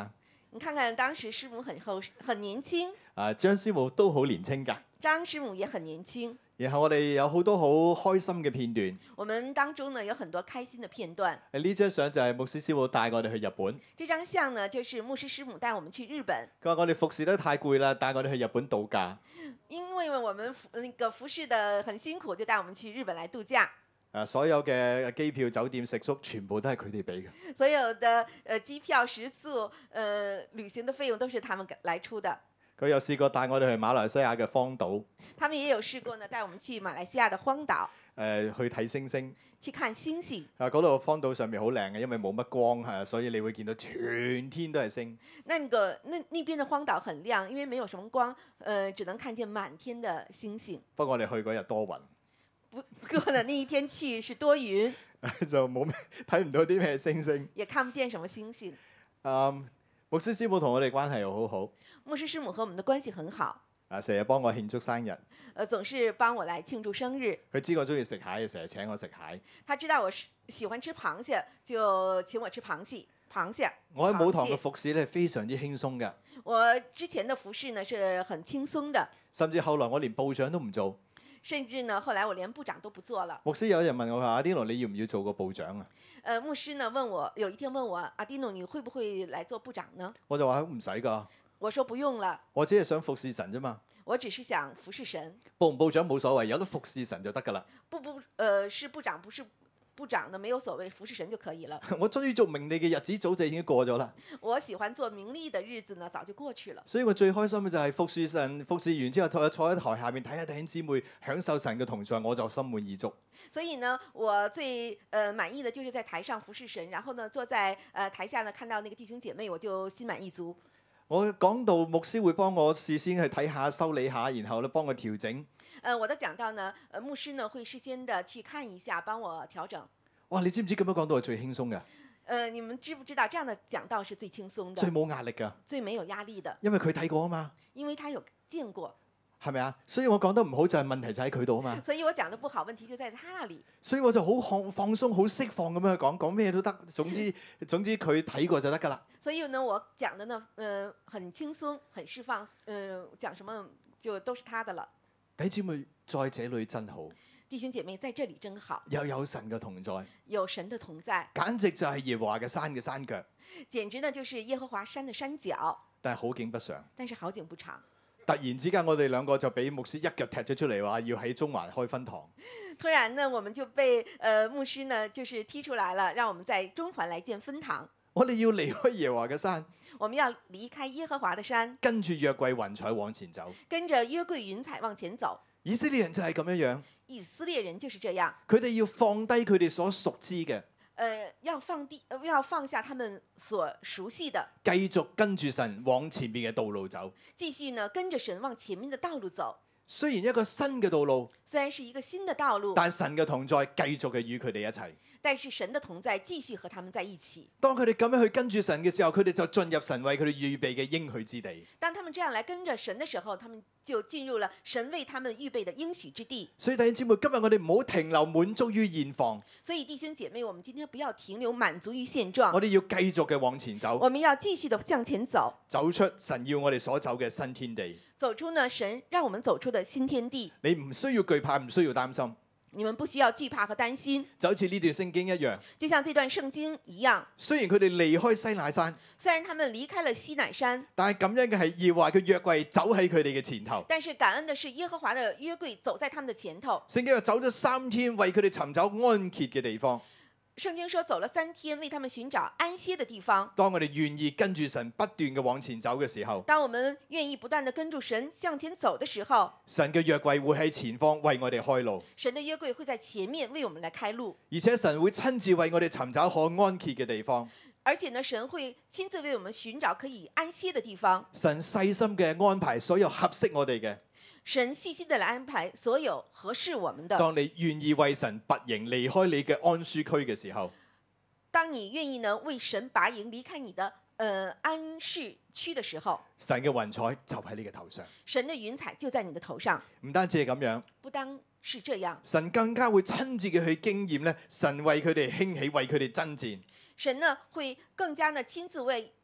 S2: 你看看當時師母很後很年輕，
S1: 啊，張師母都好年青㗎。
S2: 張師母也很年輕。
S1: 然後我哋有好多好開心嘅片段。
S2: 我們當中呢有很多開心的片段。
S1: 誒呢張相就係牧師師母帶我哋去日本。
S2: 這張相呢就是牧師師母帶我們去日本。
S1: 佢話我哋服侍得太攰啦，帶我哋去日本度假。
S2: 因為我們服那個服侍得很辛苦，就帶我們去日本來度假。
S1: 誒所有嘅機票、酒店、食宿全部都係佢哋俾嘅。
S2: 所有的誒機票、食宿、誒旅行的費用都是他們來出的。
S1: 佢又試過帶我哋去馬來西亞嘅荒島。
S2: 他們也有試過呢，帶我們去馬來西亞的荒島。
S1: 誒、呃、去睇星星。
S2: 去看星星。
S1: 啊，嗰度荒島上面好靚嘅，因為冇乜光係，所以你會見到全天都係星。
S2: 那個那那邊的荒島很亮，因為沒有什麼光，呃，只能看見滿天的星星。
S1: 不過我哋去嗰日多雲。
S2: 不不過呢，那一天去是多雲，
S1: 就冇咩睇唔到啲咩星星。
S2: 也看不見什麼星星。
S1: 嗯，牧師師母同我哋關係又好好。
S2: 牧師師母和我們的關係很好。
S1: 啊，成日幫我慶祝生日。
S2: 呃，總是幫我來慶祝生日。
S1: 佢知我中意食蟹，成日請我食蟹。
S2: 他知道我喜喜歡吃螃蟹，就請我吃螃蟹。螃蟹。
S1: 我喺舞堂嘅服侍咧，非常之輕鬆嘅。
S2: 我之前的服侍呢，是很輕鬆的。
S1: 甚至後來我連部長都唔做。
S2: 甚至呢，後來我連部長都不做了。
S1: 牧師有一日問我話：阿迪諾，你要唔要做個部長啊？
S2: 呃，牧師呢問我，有一天問我，阿迪諾，你會不會來做部長呢？
S1: 我就話唔使㗎。
S2: 我說不用了。
S1: 我只係想服侍神啫嘛。
S2: 我只是想服侍神。
S1: 部唔部長冇所謂，有得服侍神就得㗎啦。
S2: 部部，呃，是部長不是部長呢，沒有所謂，服侍神就可以了。
S1: 我中意做名利嘅日子早就已經過咗啦。
S2: 我喜歡做名利的日子呢，早就過去了。
S1: 所以我最開心嘅就係服侍神，服侍完之後坐坐喺台下面睇下弟兄姊妹享受神嘅同在，我就心滿意足。
S2: 所以呢，我最呃滿意的就是在台上服侍神，然後呢坐在呃台下呢看到那個弟兄姐妹，我就心滿意足。
S1: 我講到牧師會幫我事先去睇下、修理下，然後咧幫我調整。
S2: 呃，我的講到呢，呃牧師呢會事先的去看一下，幫我調整。
S1: 哇！你知唔知咁樣講到係最輕鬆嘅？
S2: 呃，你們知不知道這樣的講道是最輕鬆的？
S1: 最冇壓力㗎。
S2: 最沒有壓力的。
S1: 因為佢睇過啊嘛。
S2: 因為他有見過。
S1: 係咪啊？所以我講得唔好就係問題就喺佢度啊嘛。
S2: 所以我講得不好，問題就在他那裡。
S1: 所以我就好放放鬆、好釋放咁樣去講，講咩都得。總之總之佢睇過就得㗎啦。
S2: 所以呢，我講的呢，呃，很輕鬆，很釋放，呃，講什麼就都是他的了。
S1: 弟兄姊妹在這裡真好。
S2: 弟兄姐妹在這裡真好。
S1: 又有神嘅同在。
S2: 有神的同在。
S1: 簡直就係耶和華嘅山嘅山腳。
S2: 簡直呢就是耶和華山的山腳。
S1: 但係好景不長。
S2: 但是好景不長。
S1: 突然之間，我哋兩個就俾牧師一腳踢咗出嚟，話要喺中環開分堂。
S2: 突然呢，我們就被呃牧師呢，就是踢出來了，讓我們在中環來建分堂。
S1: 我哋要離開耶和華嘅山。
S2: 我們要離開耶和華的山。
S1: 跟住約櫃雲彩往前走。
S2: 跟着約櫃雲彩往前走。
S1: 以色列人就係咁樣樣。
S2: 以色列人就是這樣。
S1: 佢哋要放低佢哋所熟知嘅。
S2: 呃，要放低，要放下他們所熟悉的，
S1: 繼續跟住神往前面嘅道路走。
S2: 繼續呢，跟着神往前面的道路走。
S1: 雖然一個新嘅道路，
S2: 雖然是一個新的道路，
S1: 但神嘅同在繼續嘅與佢哋一齊。
S2: 但是神的同在繼續和他們在一起。
S1: 當佢哋咁樣去跟住神嘅時候，佢哋就進入神為佢哋預備嘅應許之地。
S2: 當他們這樣來跟着神的時候，他們就進入了神為他們預備的應許之地。
S1: 所以弟兄姊妹，今日我哋唔好停留滿足於現況。
S2: 所以弟兄姐妹，我們今天不要停留滿足於現狀。
S1: 我哋要繼續嘅往前走。
S2: 我們要繼續的向前走，
S1: 走出神要我哋所走嘅新天地。
S2: 走出呢神讓我們走出的新天地。
S1: 你唔需要懼怕，唔需要擔心。
S2: 你們不需要懼怕和擔心，
S1: 就好似呢段聖經一樣，
S2: 就像這段聖經一樣。
S1: 雖然佢哋離開西乃山，
S2: 雖然他們離開了西乃山，
S1: 但係感恩嘅係耶和華嘅約櫃走喺佢哋嘅前頭。
S2: 但是感恩的是耶和華的約櫃走在他們的前頭。
S1: 聖經又走咗三天，為佢哋尋找安歇嘅地方。
S2: 聖經說走了三天，為他們尋找安歇的地方。
S1: 當我哋願意跟住神不斷嘅往前走嘅時候，
S2: 當我們願意不斷的跟住神向前走的時候，
S1: 神嘅約櫃會喺前方為我哋開路。
S2: 神的約櫃會在前面為我們來開路，
S1: 而且神會親自為我哋尋找可安歇嘅地方。
S2: 而且呢，神會親自為我們尋找可以安歇的地方。
S1: 神細心嘅安排所有合適我哋嘅。
S2: 神細心的來安排所有合適我們的。
S1: 當你願意為神拔營離開你嘅安舒區嘅時候，
S2: 當你願意呢為神拔營離開你的呃安適區的時候，
S1: 神嘅雲彩就喺你嘅頭上。
S2: 神的雲彩就在你的頭上。
S1: 唔單止係咁樣，
S2: 不單是這樣，
S1: 神更加會親自嘅去經驗咧，神為佢哋興起，為佢哋爭戰。
S2: 神呢會更加呢親自為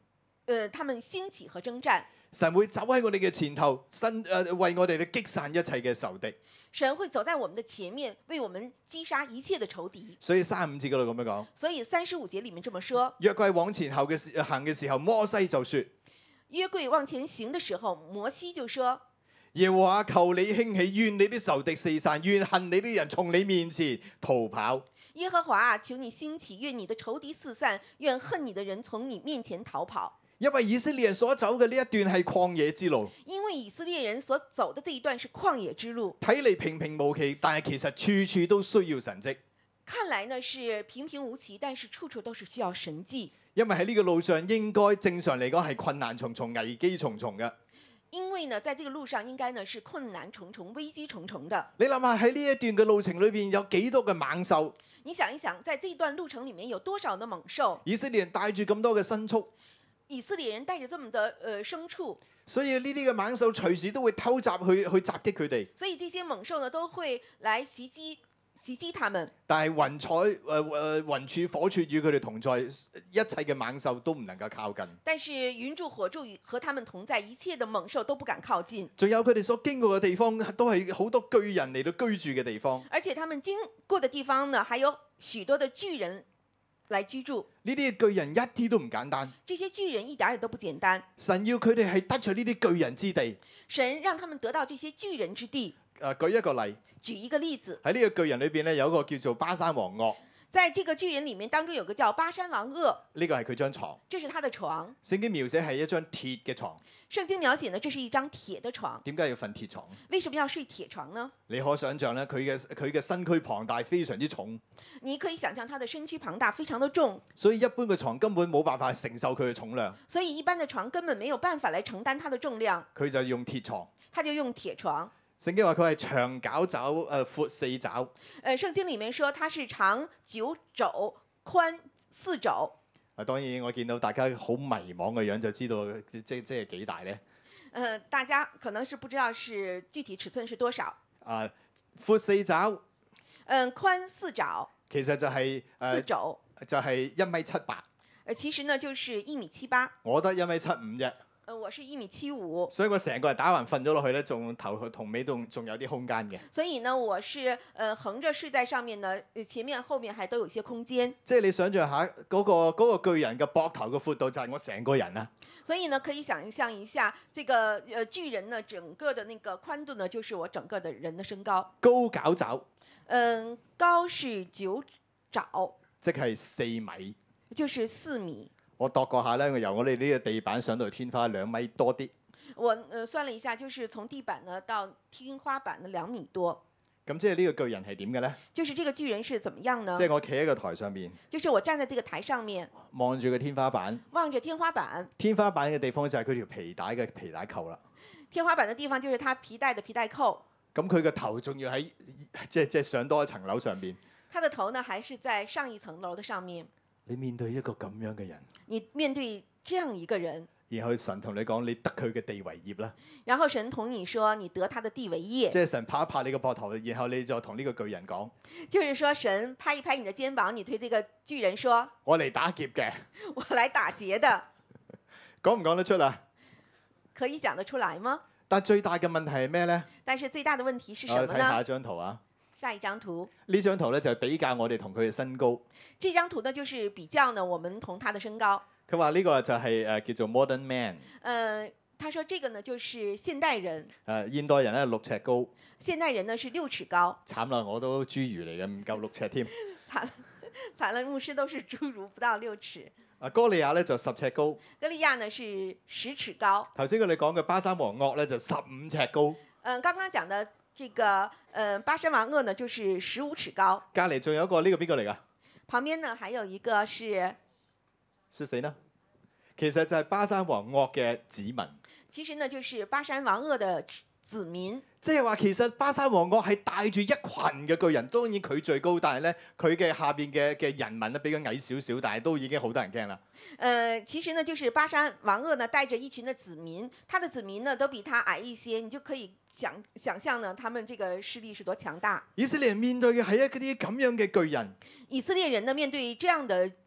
S2: 呃，他們興起和征戰。
S1: 神會走喺我哋嘅前頭，身誒、呃、為我哋去擊散一切嘅仇敵。
S2: 神會走在我們的前面，為我們擊殺一切的仇敵。
S1: 所以三十五節嗰度咁樣講。
S2: 所以三十五節裡面這麼說。
S1: 約櫃往前後嘅時行嘅時候，摩西就說：
S2: 約櫃往前行的時候，摩西就說：
S1: 耶和華求你興起，願你啲仇敵四散，願恨你啲人從你面前逃跑。
S2: 耶和華啊，求你興起，願你的仇敵四散，願恨你的人從你面前逃跑。
S1: 因為以色列人所走嘅呢一段係曠野之路，
S2: 因為以色列人所走的這一段是曠野之路，
S1: 睇嚟平平無奇，但係其實處處都需要神蹟。
S2: 看來呢是平平無奇，但是處處都是需要神蹟。
S1: 因為喺呢個路上應該正常嚟講係困難重重、危機重重嘅。
S2: 因為呢，在這個路上應該呢是困難重重、危機重重的。
S1: 你諗下喺呢一段嘅路程裏邊有幾多嘅猛獸？
S2: 你想一想，在這一段路程裡面有多少的猛獸？
S1: 以色列人帶住咁多嘅牲畜。
S2: 以色列人帶着這麼的呃牲畜，
S1: 所以呢啲嘅猛獸隨時都會偷襲去去襲擊佢哋。
S2: 所以這些猛獸呢都會來襲擊襲擊他們。
S1: 但係雲彩誒誒雲柱火柱與佢哋同在，一切嘅猛獸都唔能夠靠近。
S2: 但是雲柱火柱與和他們同在，一切的猛獸都不敢靠近。
S1: 仲有佢哋所經過嘅地方都係好多巨人嚟到居住嘅地方。
S2: 而且他們經過的地方呢，還有許多的巨人來居住。
S1: 呢啲巨人一啲都唔簡單。
S2: 這些巨人一點也都不簡單。
S1: 神要佢哋係得咗呢啲巨人之地。
S2: 神讓他們得到這些巨人之地。
S1: 誒、呃，舉一個例。
S2: 舉一個例子。
S1: 喺呢個巨人裏邊咧，有一個叫做巴山王噩。
S2: 在這個巨人裡面，當中有個叫巴山王噩。
S1: 呢個係佢張床。
S2: 這是他的床。
S1: 聖經描寫係一張鐵嘅床。
S2: 聖經描寫呢，這是一張鐵的床。
S1: 點解要瞓鐵床？
S2: 為什麼要睡鐵床呢？
S1: 你可想象咧，佢嘅佢嘅身軀龐大，非常之重。
S2: 你可以想象他的身軀龐大，非常的重。
S1: 所以一般嘅床根本冇辦法承受佢嘅重量。
S2: 所以一般的床根本沒有辦法來承擔它的重量。
S1: 佢就用鐵床。
S2: 他就用鐵床。
S1: 聖經話佢係長九肘，誒闊四肘。誒、
S2: 呃，聖經裡面說它是長九肘，寬四肘。
S1: 啊，當然我見到大家好迷茫嘅樣，就知道即即係幾大咧。
S2: 呃，大家可能是不知道是具體尺寸是多少。
S1: 啊，闊四肘。
S2: 嗯、呃，寬四肘。
S1: 其實就係、是、誒。
S2: 四肘。
S1: 就係一米七八。
S2: 誒，其實呢就是一米七八。
S1: 我得一米七五啫。
S2: 呃，我是一米七五，
S1: 所以我成個人打橫瞓咗落去咧，仲頭同尾仲仲有啲空間嘅。
S2: 所以呢，我是呃橫着睡在上面呢，前面後面還都有些空間。
S1: 即係你想象下嗰、嗰個嗰個巨人嘅膊頭嘅闊度就係我成個人啊。
S2: 所以呢，可以想象一下，這個呃巨人呢，整個的那個寬度呢，就是我整個的人的身高。
S1: 高九肘。
S2: 嗯，高是九肘，
S1: 即係四米。
S2: 就是四米。
S1: 我度過下咧，由我哋呢個地板上到天花兩米多啲。
S2: 我呃算了一下，就是從地板呢到天花板呢兩米多。
S1: 咁即係呢個巨人係點嘅咧？
S2: 就是這個巨人是怎麼樣呢？
S1: 即係我企喺個台上面。
S2: 就是我站在這個台上面，
S1: 望住個天花板。
S2: 望着天花板。
S1: 天花板嘅地方就係佢條皮帶嘅皮帶扣啦。
S2: 天花板嘅地方就是他皮帶嘅皮帶扣。
S1: 咁佢個頭仲要喺即係即係上多一層樓上邊。
S2: 他的頭呢，還是在上一層樓的上面。
S1: 你面對一個咁樣嘅人，
S2: 你面對這樣一個人，
S1: 然後神同你講，你得佢嘅地為業啦。
S2: 然後神同你說，你得他的地為業。
S1: 即係神拍一拍你個膊頭，然後你就同呢個巨人講，
S2: 就是說神拍一拍你的肩膀，你對這個巨人說，
S1: 我嚟打劫嘅，
S2: 我來打劫的。
S1: 講唔講得出啊？
S2: 可以講得出來嗎？
S1: 但最大嘅問題係咩咧？
S2: 但是最大的問題是什麼呢？
S1: 我哋睇下一張圖啊。
S2: 下一張圖，
S1: 呢張圖咧就係比較我哋同佢嘅身高。
S2: 這張圖呢就是比較呢我們同他的身高。
S1: 佢話呢個就係、是、誒、呃、叫做 modern man。
S2: 呃，他說這個呢就是現代人。誒、
S1: 呃，現代人咧六尺高。
S2: 現代人呢是六尺高。
S1: 慘啦，我都侏儒嚟嘅，唔夠六尺添。
S2: 慘，慘了，牧師都是侏儒，不到六尺。
S1: 啊，哥利亞咧就十尺高。
S2: 哥利亞呢是十尺高。
S1: 頭先佢哋講嘅巴山王噩咧就十五尺高。
S2: 嗯、呃，剛剛講的。這個，呃，巴山王噩呢，就是十五尺高。
S1: 隔離仲有一個，呢、這個邊個嚟㗎？
S2: 旁邊呢，還有一個是，
S1: 是誰呢？其實就係巴山王噩嘅子民。
S2: 其實呢，就是巴山王噩的子民。
S1: 即係話，其實巴山王噩係帶住一群嘅巨人，當然佢最高，但係咧佢嘅下邊嘅嘅人民咧比較矮少少，但係都已經好多人驚啦。
S2: 誒、呃，其實呢，就是巴山王噩呢帶着一群的子民，他的子民呢都比他矮一些，你就可以想想象呢，他們這個勢力是多強大。
S1: 以色列人面對嘅係一啲咁樣嘅巨人。
S2: 以色列人呢面對這樣的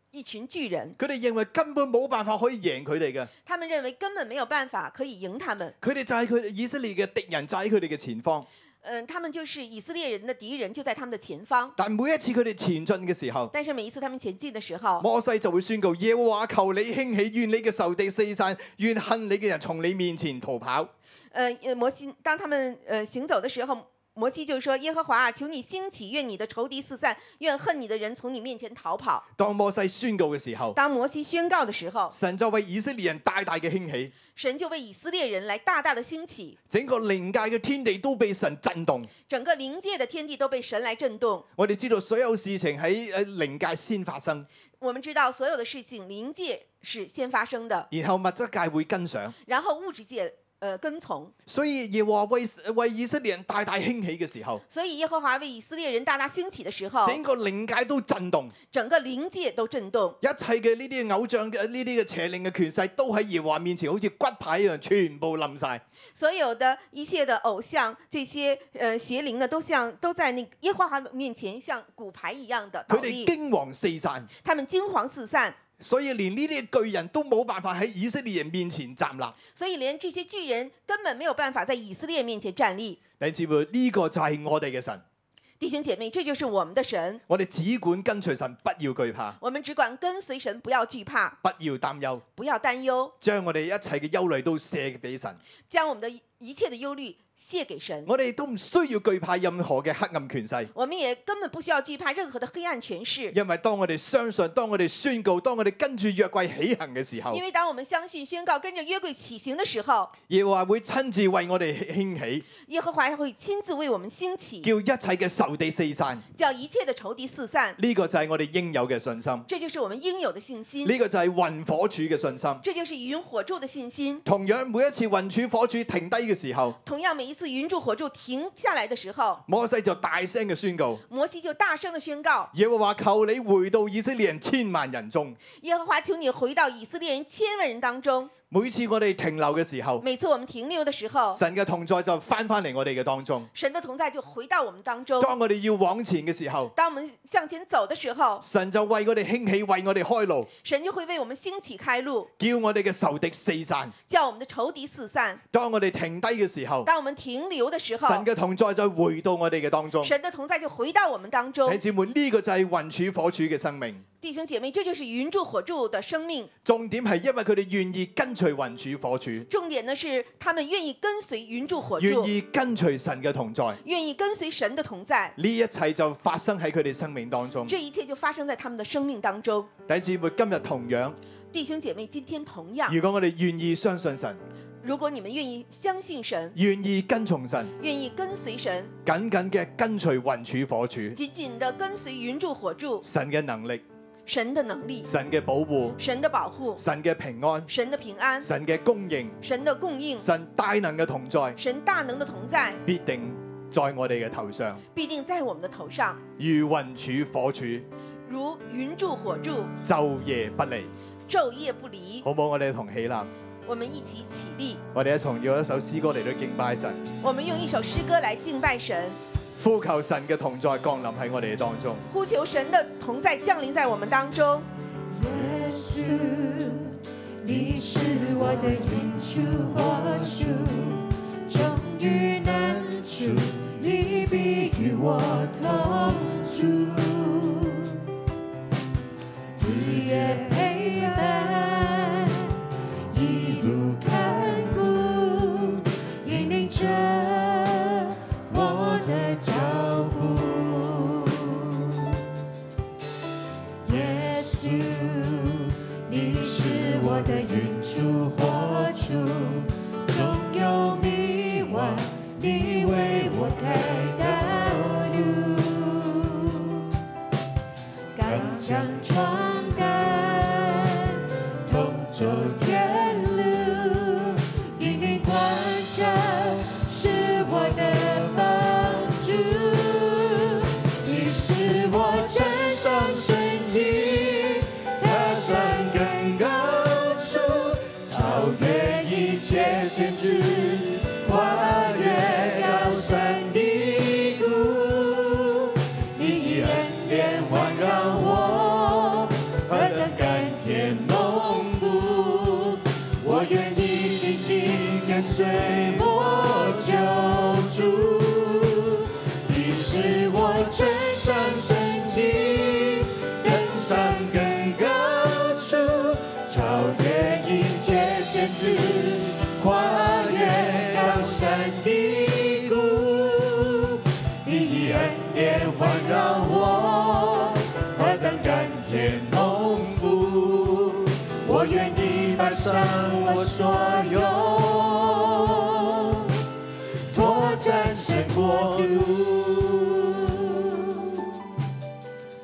S2: 一群巨人，
S1: 佢哋認為根本冇辦法可以贏佢哋嘅，
S2: 他們認為根本沒有辦法可以贏他們。
S1: 佢哋就係佢哋以色列嘅敵人，就喺佢哋嘅前方。
S2: 嗯，他們就是以色列人的敵人，就在他們的前方。
S1: 但每一次佢哋前進嘅時候，
S2: 但是每一次他們前進的時候，
S1: 摩西就會宣告：耶和華求你興起，願你嘅仇敵四散，願恨你嘅人從你面前逃跑。
S2: 呃，摩西當他們呃行走的時候，摩西就說：耶和華啊，求你興起，願你的仇敵四散，願恨你的人從你面前逃跑。
S1: 當摩西宣告嘅時候，
S2: 當摩西宣告的時候，
S1: 神就為以色列人大大嘅興起，
S2: 神就為以色列人來大大的興起，
S1: 整個靈界嘅天地都被神震動。
S2: 整個靈界的天地都被神來震動。
S1: 我哋知道所有事情喺誒靈界先發生，
S2: 我們知道所有的事情靈界是先發生的，
S1: 然後物質界會跟上。
S2: 然後物質界呃跟從。
S1: 所以耶和華為為以色列人大大興起嘅時候，
S2: 所以耶和華為以色列人大大興起的時候，
S1: 整個靈界都震動，
S2: 整個靈界都震動。
S1: 一切嘅呢啲偶像嘅呢啲嘅邪靈嘅權勢都喺耶和華面前好似骨牌一樣，全部冧晒。
S2: 所有的一切的偶像，這些呃邪靈呢，都像都在那耶和華面前像骨牌一樣的倒
S1: 佢哋
S2: 立，
S1: 驚惶四散，
S2: 他們驚惶四散。
S1: 所以連呢啲巨人都冇辦法喺以色列人面前站立。
S2: 所以連這些巨人根本沒有辦法在以色列面前站立。
S1: 弟兄姊妹，呢個就係我哋嘅神。
S2: 弟兄姐妹，這就是我們的神。
S1: 我哋只管跟隨神，不要懼怕，
S2: 我們只管跟隨神，不要懼怕，
S1: 不要擔憂，
S2: 不要擔憂，
S1: 將我哋一切嘅憂慮都卸俾神。
S2: 將我們的一切的憂慮卸給神。
S1: 我哋都唔需要懼怕任何嘅黑暗權勢，
S2: 我們也根本不需要懼怕任何的黑暗權勢。
S1: 因為當我哋相信，當我哋宣告，當我哋跟住約櫃起行嘅時候
S2: 因，為當我們相信、宣告、跟着約櫃起行的時候，
S1: 耶和華會親自為我哋興起，
S2: 耶和華會親自為我們興起，
S1: 叫一切嘅仇敵四散。
S2: 叫一切的仇敵四散。
S1: 呢個就係我哋應有嘅信心，
S2: 這就是我們應有的信心。
S1: 呢個就係雲火柱嘅信心。
S2: 這就是雲火柱的信心。
S1: 同樣每一次雲柱火柱停低嘅時候，
S2: 同樣每一次雲柱火柱停下來的時候，
S1: 摩西就大聲嘅宣告：
S2: 摩西就大聲的宣告：
S1: 耶和華求你回到以色列人千萬人中。
S2: 耶和華求你回到以色列人千萬人當中。
S1: 每次我哋停留嘅時候，
S2: 每次我們停留的時候，
S1: 神嘅同在就翻返嚟我哋嘅當中。
S2: 神的同在就回到我們當中。
S1: 當我哋要往前嘅時候，
S2: 當我們向前走的時候，
S1: 神就為我哋興起，為我哋開路，
S2: 神就會為我們興起開路，
S1: 叫我哋嘅仇敵四散。
S2: 叫我們的仇敵四散。
S1: 當我哋停低嘅時候，
S2: 當我們停留的時候，
S1: 神嘅同在就回到我哋嘅當中。
S2: 神的同在就回到我們當中。
S1: 弟兄姊妹，呢個就係雲柱火柱嘅生命。
S2: 弟兄姐妹，這就是雲柱火柱的生命。
S1: 重點係因為佢哋願意跟隨雲柱火柱，
S2: 重點呢是他們願意跟隨雲柱火柱，
S1: 願意跟隨神嘅同在。
S2: 願意跟隨神的同在。
S1: 呢一切就發生喺佢哋生命當中。
S2: 這一切就發生在他們的生命當中。
S1: 弟兄姊妹，今日同樣，
S2: 弟兄姐妹，今天同樣，
S1: 如果我哋願意相信神，
S2: 如果你們願意相信神，
S1: 願意跟從神，
S2: 願意跟隨神，
S1: 緊緊嘅跟隨雲柱火柱，
S2: 緊緊的跟隨雲柱火柱，
S1: 神嘅能力，
S2: 神的能力，
S1: 神嘅保護，
S2: 神的保護，
S1: 神嘅平安，
S2: 神的平安，
S1: 神嘅供應，
S2: 神的供應，
S1: 神大能嘅同在，
S2: 神大能的同在，
S1: 必定在我哋嘅頭上，
S2: 必定在我們的頭上，
S1: 如雲柱火柱，
S2: 如雲柱火柱，
S1: 晝夜不離。
S2: 晝夜不離。
S1: 好唔好？我哋同起立，
S2: 我們一起起立，
S1: 我哋一同用一首詩歌嚟到敬拜神，
S2: 我們用一首詩歌來敬拜神，
S1: 呼求神嘅同在降臨喺我哋嘅當中。
S2: 呼求神的同在降臨在我們當中。
S4: 耶穌，你是我的雲柱火柱，終於難處，你必與我同住。日夜陪伴，一路看顧，引領着我的腳步。耶穌，你是我的雲柱火柱，縱有迷惘，你為我開道路。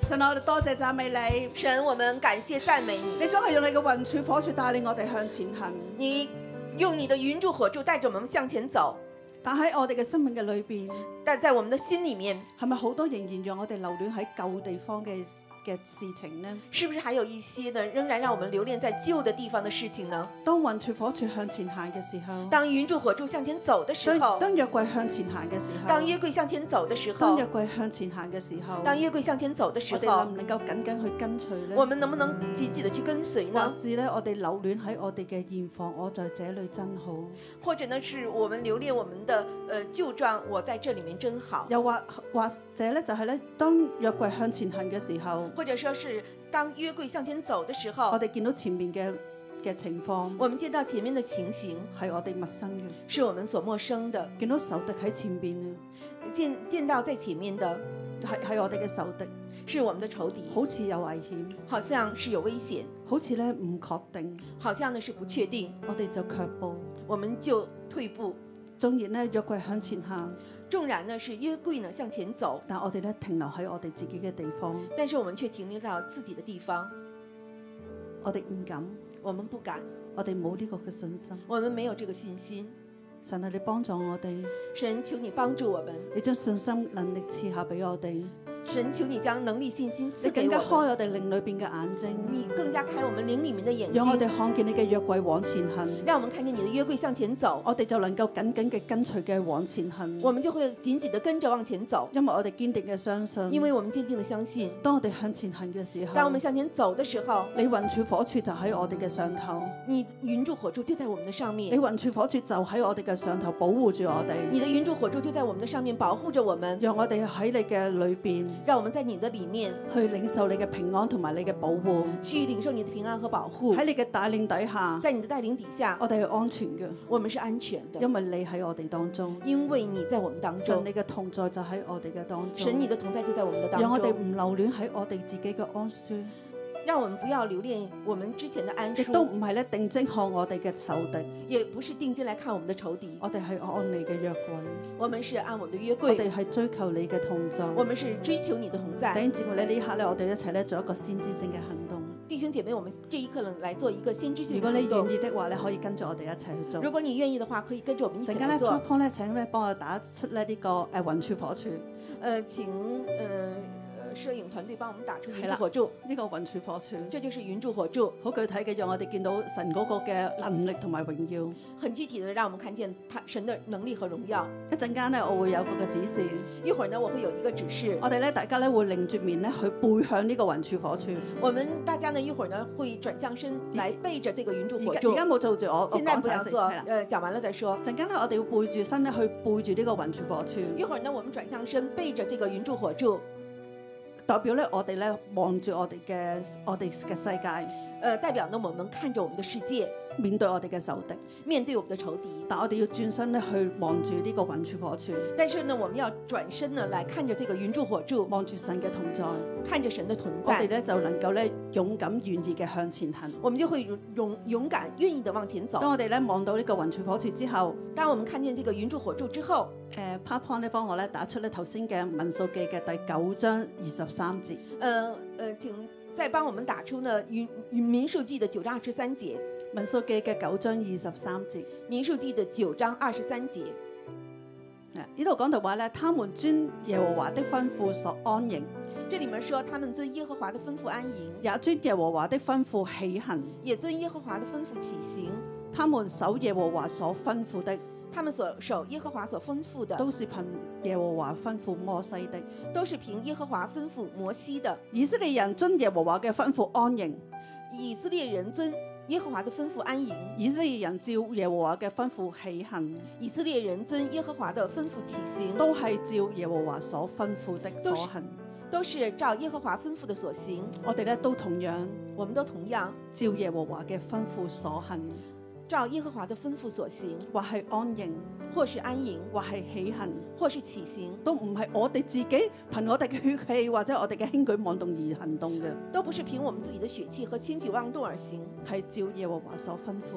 S4: 神啊，我哋多謝讚美你，
S2: 神，我們感謝讚美你，
S4: 你總係用你嘅雲柱火柱帶領我哋向前行。
S2: 你用你的雲柱火柱帶着我們向前走。
S4: 但喺我哋嘅生命嘅裏邊，
S2: 但在我們的心裡面，
S4: 係咪好多仍然讓我哋留戀喺舊地方嘅嘅事情呢？
S2: 是不是還有一些呢，仍然讓我們留戀在舊的地方的事情呢？
S4: 當雲柱火柱向前行嘅時候，
S2: 當雲柱火柱向前走的時候
S4: 當，當約櫃向前行嘅時候，
S2: 當約櫃向前走的時候
S4: 當約，櫃向前行嘅時候，
S2: 當約櫃向前走的時
S4: 我哋
S2: 候
S4: 能，唔能夠緊緊去跟隨呢？
S2: 我們能不能緊緊的去跟隨
S4: 或
S2: 呢？
S4: 是咧，我哋留戀喺我哋嘅現況，我在這裏真好。
S2: 或者呢，是我們留戀我們的呃舊狀，我在這裡面真好。
S4: 又或或者咧，就係咧，當約櫃向前行嘅時候，
S2: 或者說是當約櫃向前走的時
S4: 我
S2: 候，
S4: 哋見到前面嘅嘅情況
S2: 我們見到前面的情形
S4: 係我哋陌生嘅，
S2: 是我們所陌生的，
S4: 見到仇敵喺前邊啊，
S2: 見見到在前面的
S4: 係係我哋嘅仇敵，
S2: 是我們的仇敵，
S4: 好似有危險，
S2: 好像是有危險，
S4: 好似咧唔確定，
S2: 好像呢是不確定，
S4: 我哋就卻步。
S2: 我們就退步。
S4: 縱然咧約櫃向前行，
S2: 縱然呢是約櫃呢向前走，
S4: 但我哋咧停留喺我哋自己嘅地方，
S2: 但是我們卻停留到自己的地方，
S4: 我哋唔敢，
S2: 我們不敢，
S4: 我哋冇呢個嘅信心。
S2: 我們沒有這個信心。
S4: 神啊，你幫助我哋，
S2: 神，求你幫助我們。
S4: 你將信心能力賜下俾我哋，
S2: 神，求你將能力信心賜給
S4: 你更加開
S2: 我們。
S4: 我哋靈裏邊嘅眼睛，
S2: 你更加開我們靈裡面的眼睛，
S4: 讓我哋看見你嘅約櫃往前行，
S2: 讓我們看見你的約櫃向前走，
S4: 我哋就能夠緊緊嘅跟隨嘅往前行。
S2: 我們就會緊緊的跟着往前走，
S4: 因為我哋堅定嘅相信，
S2: 因為我們堅定的相信，
S4: 當我哋向前行嘅時候，
S2: 當我們向前走的時候，
S4: 你雲柱火柱就喺我哋嘅上頭，
S2: 你雲柱火柱就在我們的上
S4: 你
S2: 面，
S4: 雲柱火柱就喺我哋嘅上頭保護住我哋，
S2: 你的雲柱火柱就在我們的上面保護着我們，
S4: 讓我哋喺你嘅裏邊
S2: 讓我們在你的裡面
S4: 去領受你嘅平安同埋你嘅保護，
S2: 去領受你的平安和保護，
S4: 喺你嘅帶領底下，
S2: 在你的帶領底下，
S4: 我哋係安全嘅，
S2: 我們是安全的，
S4: 因為你喺我哋當中，
S2: 因為你在我們當中
S4: 神你，嘅同在就喺我哋嘅當中，
S2: 神你的同在就在我們的當
S4: 讓我哋
S2: 中，
S4: 唔留戀喺我哋自己嘅安舒，
S2: 讓我們不要留戀我們之前的安
S4: 亦都
S2: 舒，
S4: 唔係咧定睛看我哋嘅仇敵，
S2: 也不是定睛來看我們的仇敵，
S4: 我哋係按你嘅約櫃，
S2: 我們是按我們的約
S4: 我哋
S2: 櫃，
S4: 係追求你嘅同在。
S2: 我們是追求你的同
S4: 弟
S2: 在。
S4: 兄姊妹咧，呢一刻咧，我哋一齊咧做一個先知性嘅行動。
S2: 弟兄姐妹，我們這一刻呢來做一個先知性
S4: 如果你
S2: 的行動
S4: 願。意的話咧，可以跟住我哋一齊去做。
S2: 如果你願意的話，可以跟着我們一起
S4: 陣間咧
S2: 來做。
S4: ，PowerPoint 咧請咧幫我打出咧呢個誒雲柱火柱，
S2: 呃，請呃呃攝影團隊幫我們打出雲
S4: 係啦
S2: 柱火柱，
S4: 呢個雲柱火柱，
S2: 這就是雲柱火柱，
S4: 好具體嘅，讓我哋見到神嗰個嘅能力同埋榮耀。
S2: 很具體的讓我們看見他神的能力和榮耀。
S4: 一陣間咧，我會有個嘅指示，
S2: 一會兒呢，我會有一個指示，
S4: 我哋咧大家咧會擰住面咧去背向呢個雲柱火柱。
S2: 我們大家呢一會兒呢會轉向身來背着這個雲柱火柱
S4: 而家而。家冇做住我，我
S2: 現在
S4: 講晒先，
S2: 不要做，
S4: 係啦。
S2: 呃，講完了再說。
S4: 陣間咧，我哋要背住身咧去背住呢個雲柱火柱，
S2: 一會兒呢，我們轉向身背着這個雲柱火柱，
S4: 代表咧我哋咧望住我哋嘅我哋嘅世界，
S2: 呃，代表呢我們看着我們的世界，
S4: 面對我哋嘅仇敵。
S2: 面對我們的仇敵。
S4: 但我哋要轉身咧去望住呢個雲柱火柱，
S2: 但是呢，我們要轉身呢來看着這個雲柱火柱，
S4: 望住神嘅同在，
S2: 看着神的同
S4: 我哋
S2: 在，
S4: 咧就能夠咧勇敢願意嘅向前行。
S2: 我們就會勇勇勇敢願意的往前走。
S4: 當我哋咧望到呢個雲柱火柱之後，
S2: 當我們看見這個雲柱火柱之後，
S4: 誒 PowerPoint 咧幫我咧打出咧頭先嘅民數記嘅第九章二十三節。
S2: 呃呃，請再幫我們打出呢雲民數記的九章二十三節，
S4: 民數記嘅九章二十三節。
S2: 民數記的九章二十三節。
S4: 誒呢度講到話咧，他們遵耶和華的吩咐所安營，
S2: 這裡面說他們遵耶和華的吩咐安營，
S4: 也遵耶和華的吩咐起行。
S2: 也遵耶和華的吩咐起行。
S4: 他們守耶和華所吩咐的，
S2: 他們所守耶和華所吩咐的，
S4: 都是憑耶和華吩咐摩西的。
S2: 都是憑耶和華吩咐摩西的。
S4: 以色列人遵耶和華嘅吩咐安營，
S2: 以色列人遵耶和華的吩咐安營，
S4: 以色列人照耶和華嘅吩咐起行，
S2: 以色列人遵耶和華的吩咐起行，
S4: 都係照耶和華所吩咐的所
S2: 都是
S4: 行。
S2: 都是照耶和華吩咐的所行。
S4: 我哋咧都同樣
S2: 我們都同樣
S4: 照耶和華嘅吩咐所行，
S2: 照耶和華的吩咐所行，
S4: 或係安營，
S2: 或是安營，
S4: 或係起行，
S2: 或是起行，
S4: 都唔係我哋自己憑我哋嘅血氣或者我哋嘅輕舉妄動而行動嘅，
S2: 都不是憑我們自己的血氣和輕舉妄動而行，
S4: 係照耶和華所吩咐。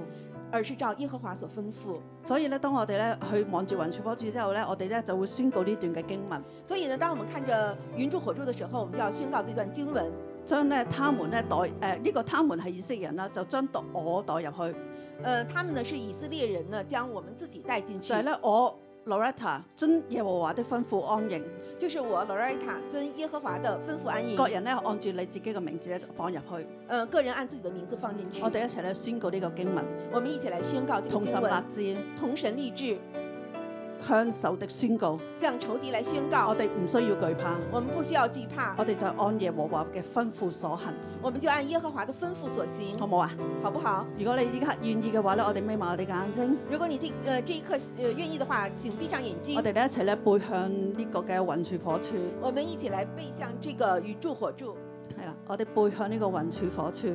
S2: 而是照耶和華所吩咐。
S5: 所以咧，當我哋咧去望住雲柱火柱之後咧，我哋咧就會宣告呢段嘅經文，
S2: 所以呢，當我們看着雲柱火柱的時候，我們就要宣告這段經文。
S5: 將咧他們咧代誒呢、個他們係以色列人啦，就將代我代入去，
S2: 呃，他們呢是以色列人呢，將我們自己帶進去。
S5: 就係咧我 Loretta 遵耶和華的吩咐安營，
S2: 就是我 Loretta 遵耶和華的吩咐安營。
S5: 各人咧按住你自己嘅名字咧就放入去，
S2: 呃，個人按自己的名字放進去。
S5: 我哋一齊咧宣告呢個經文，
S2: 我們一起來宣告這個
S5: 同
S2: 經文，
S5: 神立志，
S2: 同神立志，
S5: 向仇敵宣告，
S2: 向仇敵來宣告
S5: 我。哋唔需要懼怕，
S2: 我們不需要懼怕，
S5: 我哋就按耶和華嘅吩咐所行，
S2: 我們就按耶和華的吩咐所行，
S5: 好唔好啊？
S2: 好不好？
S5: 如果你依家願意嘅話咧，我哋眯埋我哋嘅眼睛，
S2: 如果你這呃這一刻呃願意的話，請閉上眼睛
S5: 我。哋咧一齊咧背向呢個嘅雲柱火柱，
S2: 我們一起來背向這個雲柱火柱。
S5: 係啦，我哋背向呢個雲柱火柱，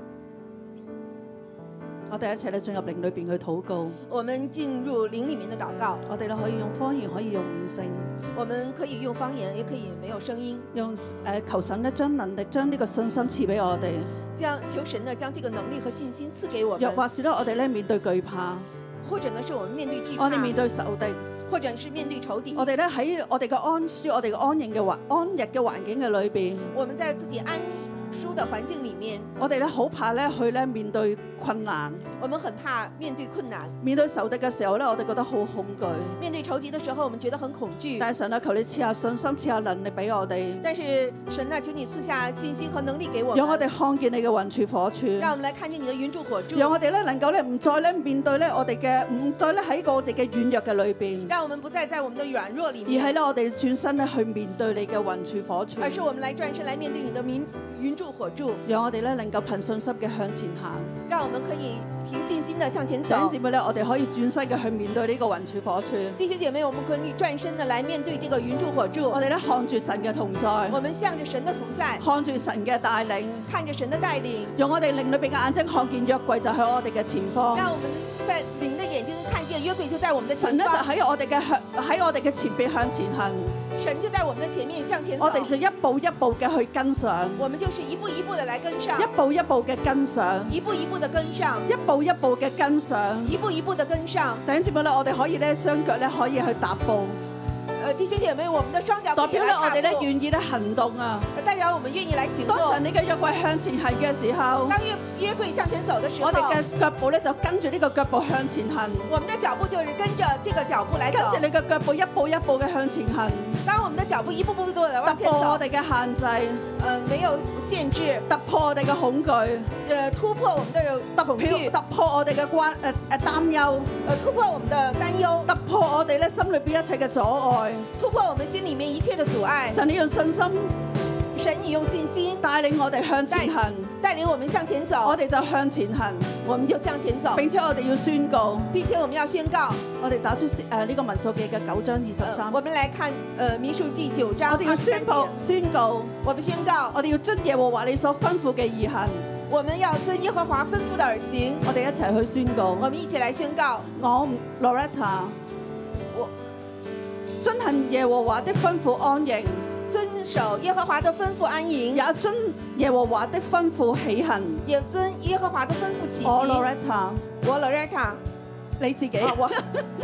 S5: 我哋一齊咧進入靈裏邊去禱告，
S2: 我們進入靈裡面的禱告，
S5: 我哋咧可以用方言，可以用悟性，
S2: 我們可以用方言，也可以沒有聲音。
S5: 用誒、呃、求神咧將能力將呢個信心賜俾我哋，
S2: 將求神呢將這個能力和信心賜給我
S5: 若
S2: 們，
S5: 或是咧我哋咧面對懼怕，
S2: 或者呢是我們面對懼
S5: 我哋面
S2: 怕，
S5: 對仇敵，
S2: 或者是面對仇敵。
S5: 我哋咧喺我哋嘅安舒、我哋嘅安營嘅環安逸嘅環境嘅裏邊，
S2: 我們在自己安舒的環境裡面，
S5: 我哋咧好怕咧去咧面對困難，
S2: 我們很怕面對困難，
S5: 面對仇敵嘅時候咧，我哋覺得好恐懼。
S2: 面對仇敵的時候，我們覺得很恐懼。
S5: 但係神啊，求你賜下信心，賜下能力俾我哋，
S2: 但是神啊，求你賜下信心和能力給我
S5: 讓我
S2: 們，
S5: 哋看見你嘅雲柱火柱，
S2: 讓我們來看見你的雲柱火柱，
S5: 讓我哋咧能夠咧唔再咧面對咧我哋嘅唔再咧喺我哋嘅軟弱嘅裏邊，
S2: 讓我們不再在我們的軟弱裡
S5: 而
S2: 面，
S5: 係咧我哋轉身咧去面對你嘅雲柱火柱，
S2: 而是我們來轉身來面對你的雲雲柱火柱，
S5: 讓我哋咧能夠憑信心嘅向前行。
S2: 讓我們可以憑信心的向前走
S5: 弟兄姊。妹咧，我哋可以轉身嘅去面對呢個雲柱火柱，
S2: 弟兄姐妹，我們可以轉身的來面對這個雲柱火柱
S5: 我。哋咧看住神嘅同在，
S2: 我們向着神的同在，
S5: 看住神嘅帶領，
S2: 看着神的帶領，
S5: 用我哋靈裏邊嘅眼睛看見約櫃就喺我哋嘅前方。
S2: 讓我們在靈的眼睛看見約櫃就在我們的前
S5: 神咧就
S2: 方，
S5: 喺我哋嘅向喺我哋嘅前邊向前行，
S2: 神就在我們的前面向前走
S5: 我，哋就一步一步嘅去跟上，
S2: 我們就是一步一步的來跟上
S5: 一，步一步嘅跟上，
S2: 一步一步的跟上，
S5: 一步一步嘅跟上。
S2: 一步一步的跟上。
S5: 弟兄姊妹咧，我哋可以咧雙腳咧可以去踏步，
S2: 呃，弟兄姐妹，我們的雙腳可以
S5: 代表咧我哋咧
S2: 來踏步，
S5: 願意咧行動啊！
S2: 代表我們願意來行動。
S5: 當神你嘅約櫃向前行嘅時候，
S2: 當約約櫃向前走的時候，
S5: 我哋嘅腳步咧就跟住呢個腳步向前行。
S2: 我們的腳步就是跟着這個腳步來走
S5: 跟。住你嘅腳步一步一步嘅向前行，
S2: 當我們的腳步一步步地
S5: 突
S2: 往前走，
S5: 破我哋嘅限制，
S2: 呃，沒有限制，
S5: 突破我哋嘅恐懼，
S2: 呃，突破我們的
S5: 突
S2: 恐懼，
S5: 突破我哋嘅關誒誒擔憂，
S2: 呃，突破我們的擔憂，
S5: 突破我哋咧心裏邊一切嘅阻礙。
S2: 突破我們心裡面一切的阻礙。
S5: 神你用信心
S2: 神，你用信心
S5: 帶領我哋向前行，
S2: 帶領我們向前
S5: 我
S2: 走，
S5: 哋就向前行，
S2: 我們就向前走，
S5: 並且我哋要宣告，
S2: 並且我們要宣告。
S5: 我哋打出誒呢個民數記嘅九章二十
S2: 呃
S5: 三，
S2: 我們來看，呃，民數記九章
S5: 我哋要
S2: 二十三
S5: 宣布
S2: 節，
S5: 宣告，
S2: 我們宣告，
S5: 我哋要遵耶和華你所吩咐嘅而行，
S2: 我們要遵耶和華吩咐的而行。
S5: 我哋一齊去宣告。
S2: 我們一起來宣告，
S5: 我 Loretta，
S2: 我
S5: 遵行耶和華的吩咐安營，
S2: 遵守耶和華的吩咐安營，
S5: 也遵耶和華的吩咐起行。
S2: 也遵耶和華的吩咐起
S5: 我
S2: 行。
S5: Loretta，
S2: 我 Loretta，
S5: 你自己
S2: 啊我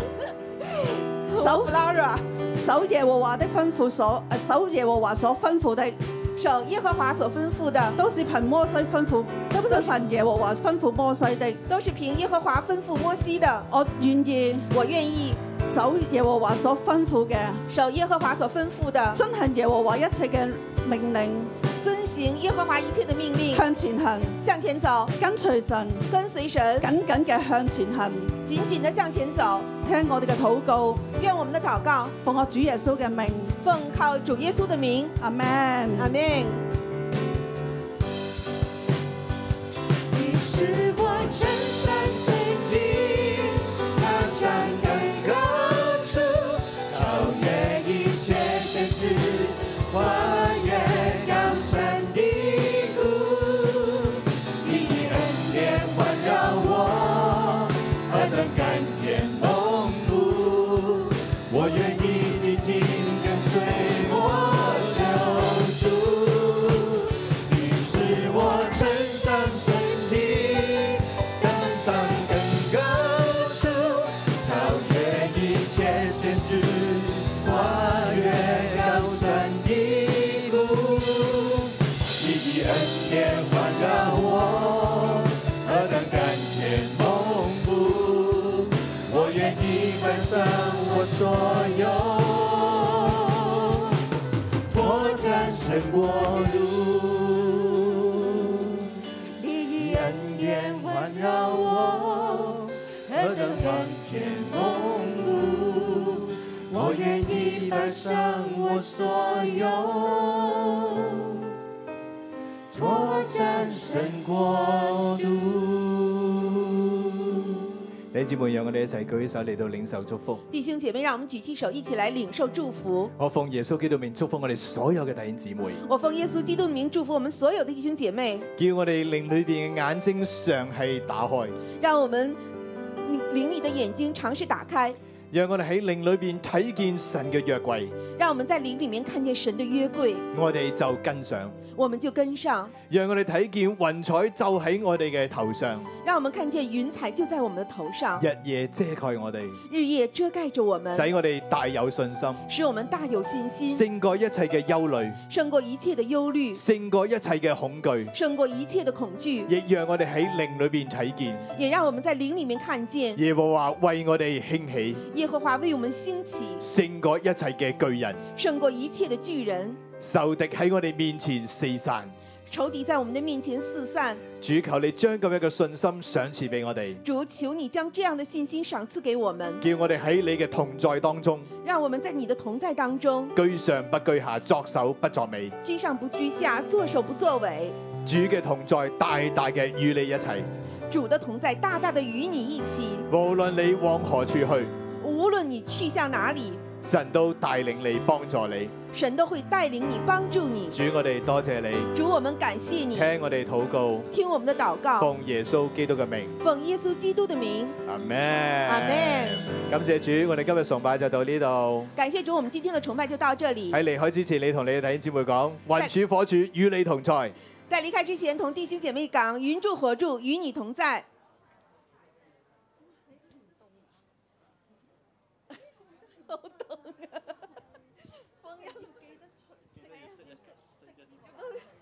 S5: 守
S2: 我 Flora，
S5: 守耶和華的吩咐所誒守耶和華所吩咐的，
S2: 守耶和華所吩咐的，
S5: 都是憑摩西吩咐，都是憑耶和華吩咐摩西的。
S2: 都是憑耶和華吩咐摩西的。
S5: 我願意
S2: 我願意
S5: 守耶和華所吩咐嘅，
S2: 守耶和華所吩咐的，
S5: 遵行耶和華一切嘅命令，
S2: 遵行耶和華一切的命令，
S5: 向前行，
S2: 向前走，
S5: 跟隨神，
S2: 跟隨神，
S5: 緊緊嘅向前行。
S2: 緊緊的向前走。
S5: 聽我哋嘅禱告，
S2: 願我們的禱告
S5: 奉我主耶穌嘅名，
S2: 奉靠主耶穌的名，
S5: 阿門。
S2: 阿門。
S4: 你是我真山神迹，那山更高处，超越一切限制，跨越高山低谷。你的恩典环绕我，何等甘甜丰富，我愿意紧紧跟随我救主。你是我真上神迹，更上更高胜国度，你以恩典环绕我，何等满天丰富，我愿意摆上我所有，我战胜国度。
S1: 弟兄姊妹，讓我哋一齊舉起手嚟到領受祝福。
S2: 弟兄姐妹，讓我們舉起手，一起來領受祝福。
S1: 我奉耶穌基督名祝福我哋所有嘅弟兄姊妹，
S2: 我奉耶穌基督的名祝福我們所有的弟兄姐妹，
S1: 叫我哋靈裏邊嘅眼睛常係打開，
S2: 讓我們靈裡的眼睛常是打開，
S1: 讓我哋喺靈裏邊睇見神嘅約櫃，
S2: 讓我們在靈裡面看見神的約櫃，
S1: 我哋就跟上。
S2: 我們就跟上，
S1: 讓我哋睇見雲彩就喺我哋嘅頭上，
S2: 讓我們看見雲彩就在我們的頭上，
S1: 日夜遮蓋我哋，
S2: 日夜遮蓋着我們，
S1: 使我哋大有信心，
S2: 使我們大有信心，
S1: 勝過一切嘅憂慮，
S2: 勝過一切的憂慮，
S1: 勝過一切嘅恐懼，
S2: 勝過一切的恐懼，
S1: 亦讓我哋喺靈裏邊睇見，
S2: 也讓我們在靈裡面看見
S1: 耶和華為我哋興起，
S2: 耶和華為我們興起，
S1: 勝過一切嘅巨人，
S2: 勝過一切的巨人，
S1: 仇敵喺我哋面前四散。
S2: 仇敵在我們的面前四散，
S1: 主求你將咁樣嘅信心賞賜俾我哋，
S2: 主求你將這樣的信心賞賜給我們，
S1: 叫我哋喺你嘅同在當中，
S2: 讓我們在你的同在當中，
S1: 居上不居下，作首不作尾，
S2: 居上不居下，作首不作尾。
S1: 主嘅同在大大嘅與你一齊，
S2: 主的同在大大的與你一起，
S1: 無論你往何處去，
S2: 無論你去向哪裡，
S1: 神都帶領你幫助你。
S2: 神都會帶領你幫助你。
S1: 主，我哋多謝你，
S2: 主，我們感謝你，
S1: 聽我哋禱告，
S2: 聽我們的禱告，
S1: 奉耶穌基督嘅名，
S2: 奉耶穌基督的名，
S1: 阿門，
S2: 阿門。
S1: 感謝主，我哋今日崇拜就到呢度。
S2: 感謝主，我們今天的崇拜就到這裡。
S1: 喺離開之前，你同你嘅弟兄姊妹講，雲柱火柱與你同在。
S2: 在離開之前，同弟兄姐妹講，雲柱火柱與你同在。好凍啊！風一記得出。